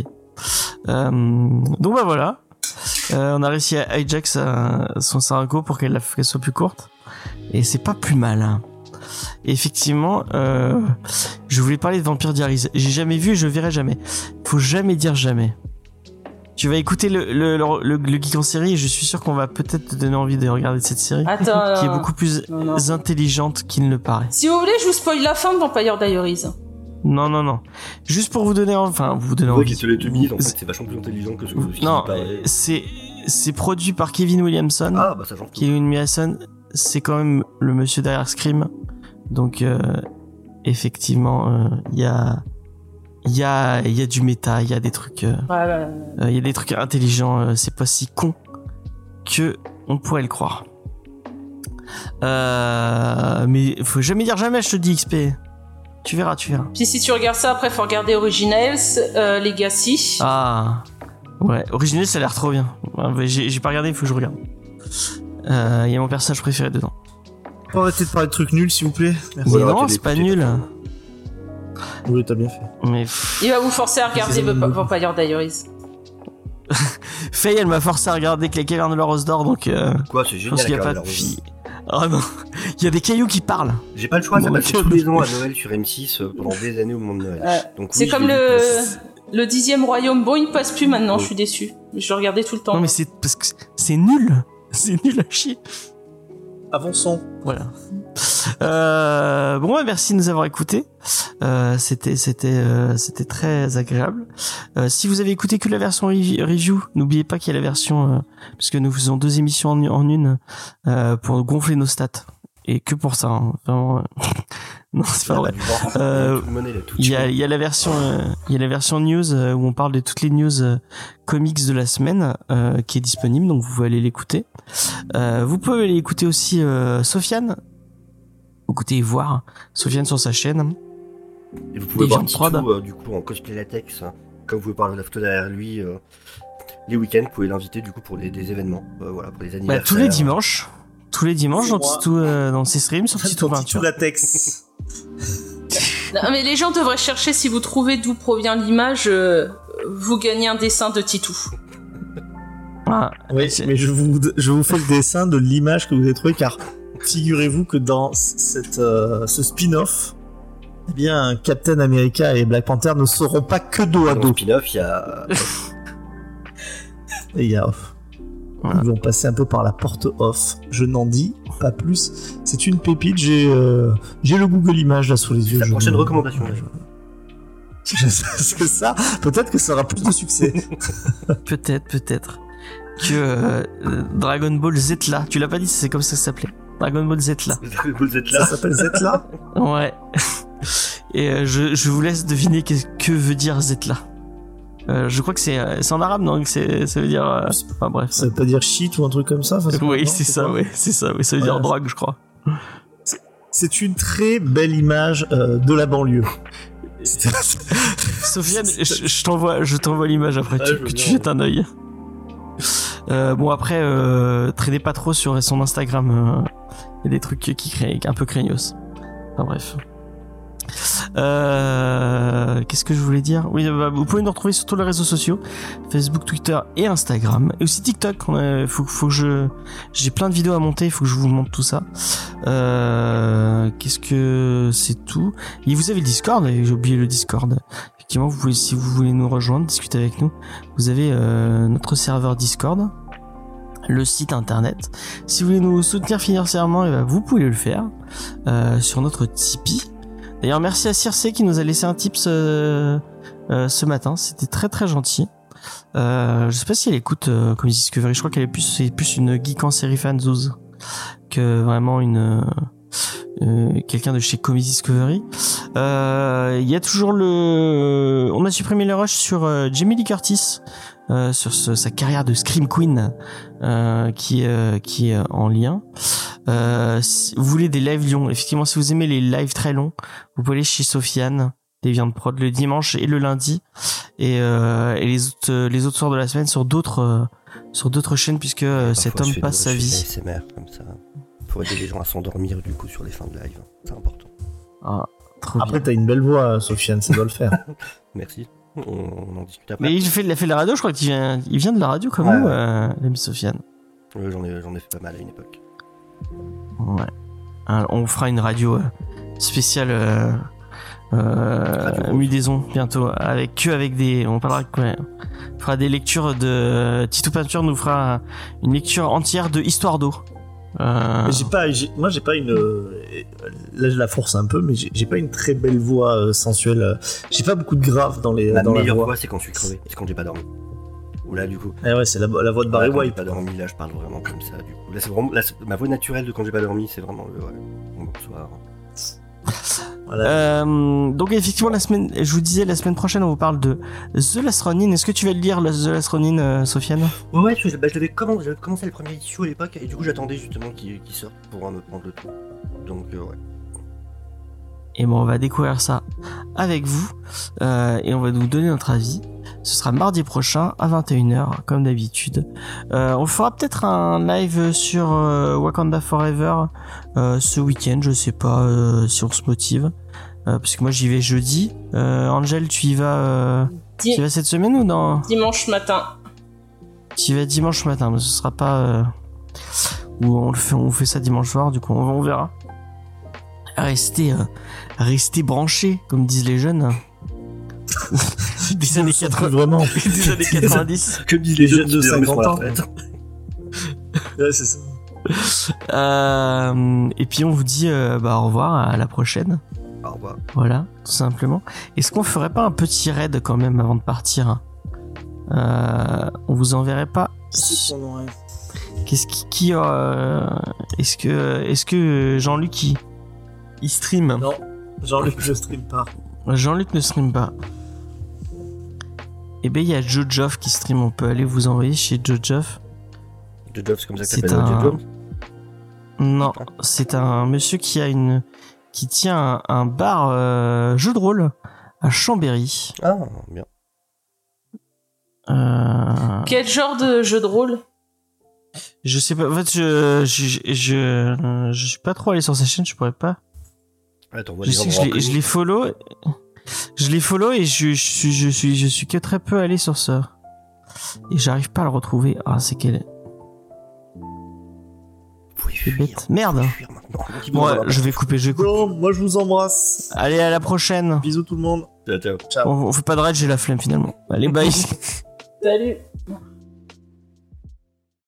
Donc voilà. On a réussi à hijack son Sarako pour qu'elle soit plus courte. Et c'est pas plus mal. Hein. Et effectivement, je voulais parler de Vampire Diaries. J'ai jamais vu et je verrai jamais. Faut jamais dire jamais. Tu vas écouter le Geek en série et je suis sûr qu'on va peut-être te donner envie de regarder cette série. Attends, qui est beaucoup plus intelligente qu'il ne paraît. Si vous voulez, je vous spoil la fin de Vampire Diaries. Non. Juste pour vous donner envie. Qui te l'ait mis, en fait, c'est vachement plus intelligent que ce que non, c'est produit par Kevin Williamson. Ah, ça change tout. Kevin Williamson, c'est quand même le monsieur derrière Scream. Donc, effectivement, il y a du méta, il y a des trucs, il y a des trucs intelligents, c'est pas si con que on pourrait le croire. Mais faut jamais dire jamais, je te dis, XP. Tu verras. Puis si tu regardes ça, après, faut regarder Originals, Legacy. Ah. Ouais, Original, ça a l'air trop bien. J'ai pas regardé, il faut que je regarde. Il y a mon personnage préféré dedans. On va arrêter de parler de trucs nuls, s'il vous plaît. Merci. Mais non, c'est pas nul. Oui, t'as bien fait. Mais Il va vous forcer à regarder Vampire Diaries. Faye, elle m'a forcé à regarder que les cavernes de la Rose d'Or, donc Quoi, c'est je pense génial. qu'il y a pas de fille. Oh non, il y a des cailloux qui parlent. J'ai pas le choix, ça Bon, passe ok. tous les ans à Noël sur M6 pendant des années au moment de Noël. Donc, C'est oui, comme je l'ai vu. le 10e royaume. Bon, il passe plus maintenant, Oui. je suis déçu. Je le regardais tout le temps. Non mais c'est parce que c'est nul. C'est nul à chier. Avançons. Voilà. Bon, merci de nous avoir écoutés. C'était très agréable. Si vous avez écouté que la version review, n'oubliez pas qu'il y a la version parce que nous faisons 2 émissions en une pour gonfler nos stats et que pour ça. Hein. Vraiment, non, c'est pas vrai. Il y a la version news où on parle de toutes les news comics de la semaine qui est disponible, donc vous pouvez aller l'écouter. Vous pouvez aller écouter aussi Sofiane. Écoutez et voir Sofiane sur sa chaîne. Et vous pouvez Des voir gens prod. Titou, du coup, en cosplay latex, comme vous pouvez parler de la photo derrière lui, les week-ends, vous pouvez l'inviter, du coup, pour des événements, voilà, pour les Bah, anniversaires. tous les dimanches dans moi. Titou, dans ses streams sur Titou Ton Peinture. Titou latex. Non, mais les gens devraient chercher, si vous trouvez d'où provient l'image, vous gagnez un dessin de Titou. Ah, Oui, mais je vous fais le dessin de l'image que vous avez trouvé, car figurez-vous que dans ce spin-off, eh bien, Captain America et Black Panther ne seront pas que dos à Dans le dos. spin-off, il y a... Et il y a off. Voilà. Ils vont passer un peu par la porte off. Je n'en dis pas plus. C'est une pépite. J'ai le Google Images là sous les yeux. la prochaine recommandation. là. C'est ça. Peut-être que ça aura plus de succès. peut-être que Dragon Ball Zetla, tu l'as pas dit, c'est comme ça que ça s'appelait. Dragon Ball Zetla. Vous êtes Ça là. s'appelle Zetla. Ouais. Et je vous laisse deviner que veut dire Zetla. Je crois que c'est en arabe, non? Ça veut dire. Enfin bref. Ça veut pas dire shit ou un truc comme ça. Enfin, Oui, non, c'est ça, quoi ouais, c'est ça, oui, ça veut dire Ouais. drogue, je crois. C'est une très belle image de la banlieue. Sofiane, je t'envoie l'image après, Ouais, je veux que tu bien. jettes un œil. Bon après, traînez pas trop sur son Instagram. Il y a des trucs qui créent un peu craignos. Enfin bref. Qu'est-ce que je voulais dire? Oui, vous pouvez nous retrouver sur tous les réseaux sociaux, Facebook, Twitter et Instagram, et aussi TikTok. Faut que j'ai plein de vidéos à monter, il faut que je vous montre tout ça. Qu'est-ce que c'est tout? Et vous avez le Discord, j'ai oublié le Discord. Effectivement, vous pouvez, si vous voulez nous rejoindre, discuter avec nous, vous avez notre serveur Discord, le site internet. Si vous voulez nous soutenir financièrement, eh ben, vous pouvez le faire sur notre Tipeee. D'ailleurs, merci à Circe qui nous a laissé un tips ce matin. C'était très très gentil. Je sais pas si elle écoute Comedy Discovery. Je crois qu'elle c'est plus une geek en série fanzouz que vraiment quelqu'un de chez Comedy Discovery. Il y a toujours on a supprimé le rush sur Jamie Lee Curtis. Sur sa carrière de Scream Queen qui est en lien. Si vous voulez des lives longs, effectivement, si vous aimez les lives très longs, vous pouvez aller chez Sofiane, Deviant Prod, le dimanche et le lundi, et les autres soirs de la semaine sur d'autres chaînes, puisque cet homme passe sa vie. ASMR, comme ça, pour aider les gens à s'endormir du coup sur les fins de live, c'est important. Ah, trop Après, bien. t'as une belle voix, Sofiane, ça doit le faire. Merci. On en discute après. Mais il fait de la radio, je crois qu'il vient de la radio comme Ouais, nous, ouais. l'ami Sofiane. J'en ai fait pas mal à une époque. Ouais. Alors, on fera une radio spéciale Mudaison bientôt avec on parlera on fera des lectures de Titou Peinture nous fera une lecture entière de Histoire d'eau. Mais moi j'ai pas une là je la force un peu, mais j'ai pas une très belle voix sensuelle. J'ai pas beaucoup de grave dans La la meilleure voix. voix, c'est quand je suis crevé, c'est quand j'ai pas dormi. Ou là, du coup. Eh ouais, c'est la voix de Barry Quand j'ai White. pas dormi, là, je parle vraiment comme ça. Du coup, là, c'est vraiment ma voix naturelle de quand j'ai pas dormi, c'est vraiment le bonsoir. Voilà. Donc effectivement je vous disais la semaine prochaine on vous parle de The Last Ronin. Est-ce que tu vas le lire The Last Ronin, Sofiane? Ouais, je l'avais commencé le premier issue à l'époque et du coup j'attendais justement qu'il sorte pour me prendre le tout. Donc ouais. Et bon on va découvrir ça avec vous et on va vous donner notre avis. Ce sera mardi prochain à 21h comme d'habitude. On fera peut-être un live sur Wakanda Forever ce week-end, je sais pas si on se motive. Parce que moi j'y vais jeudi. Angel, tu y vas cette semaine ou non? Dimanche matin. Tu y vas dimanche matin, mais ce sera pas où on fait ça dimanche soir, du coup on verra. Restez branchés, comme disent les jeunes. Des années 80, vraiment. Des années 90. Que disent les jeunes de 50 ans. Ouais, c'est ça. Et puis on vous dit au revoir, à la prochaine. Au revoir. Voilà, tout simplement. Est-ce qu'on ferait pas un petit raid quand même avant de partir? On vous enverrait pas. C'est son nom, ouais. Est-ce que Jean-Luc il stream? Non, Jean-Luc je stream pas. Jean-Luc ne stream pas. Eh ben il y a Jojoff qui stream, on peut aller vous envoyer chez Jojoff. Jojoff, c'est comme ça que C'est t'appelles Jojoff? Non, c'est un monsieur qui tient un bar jeu de rôle à Chambéry. Ah, bien. Quel genre de jeu de rôle? Je sais pas, en fait je suis pas trop allé sur sa chaîne, je pourrais pas. Attends, Je sais que je les follow. Je les follow et je suis que très peu allé sur ça. Et j'arrive pas à le retrouver. Ah, c'est quel est. C'est bête. Merde. Bon, je vais couper. Bon, moi je vous embrasse. Allez, à la prochaine. Bisous tout le monde. Ciao. Ciao. On fait pas de raid, j'ai la flemme finalement. Allez, bye. Salut.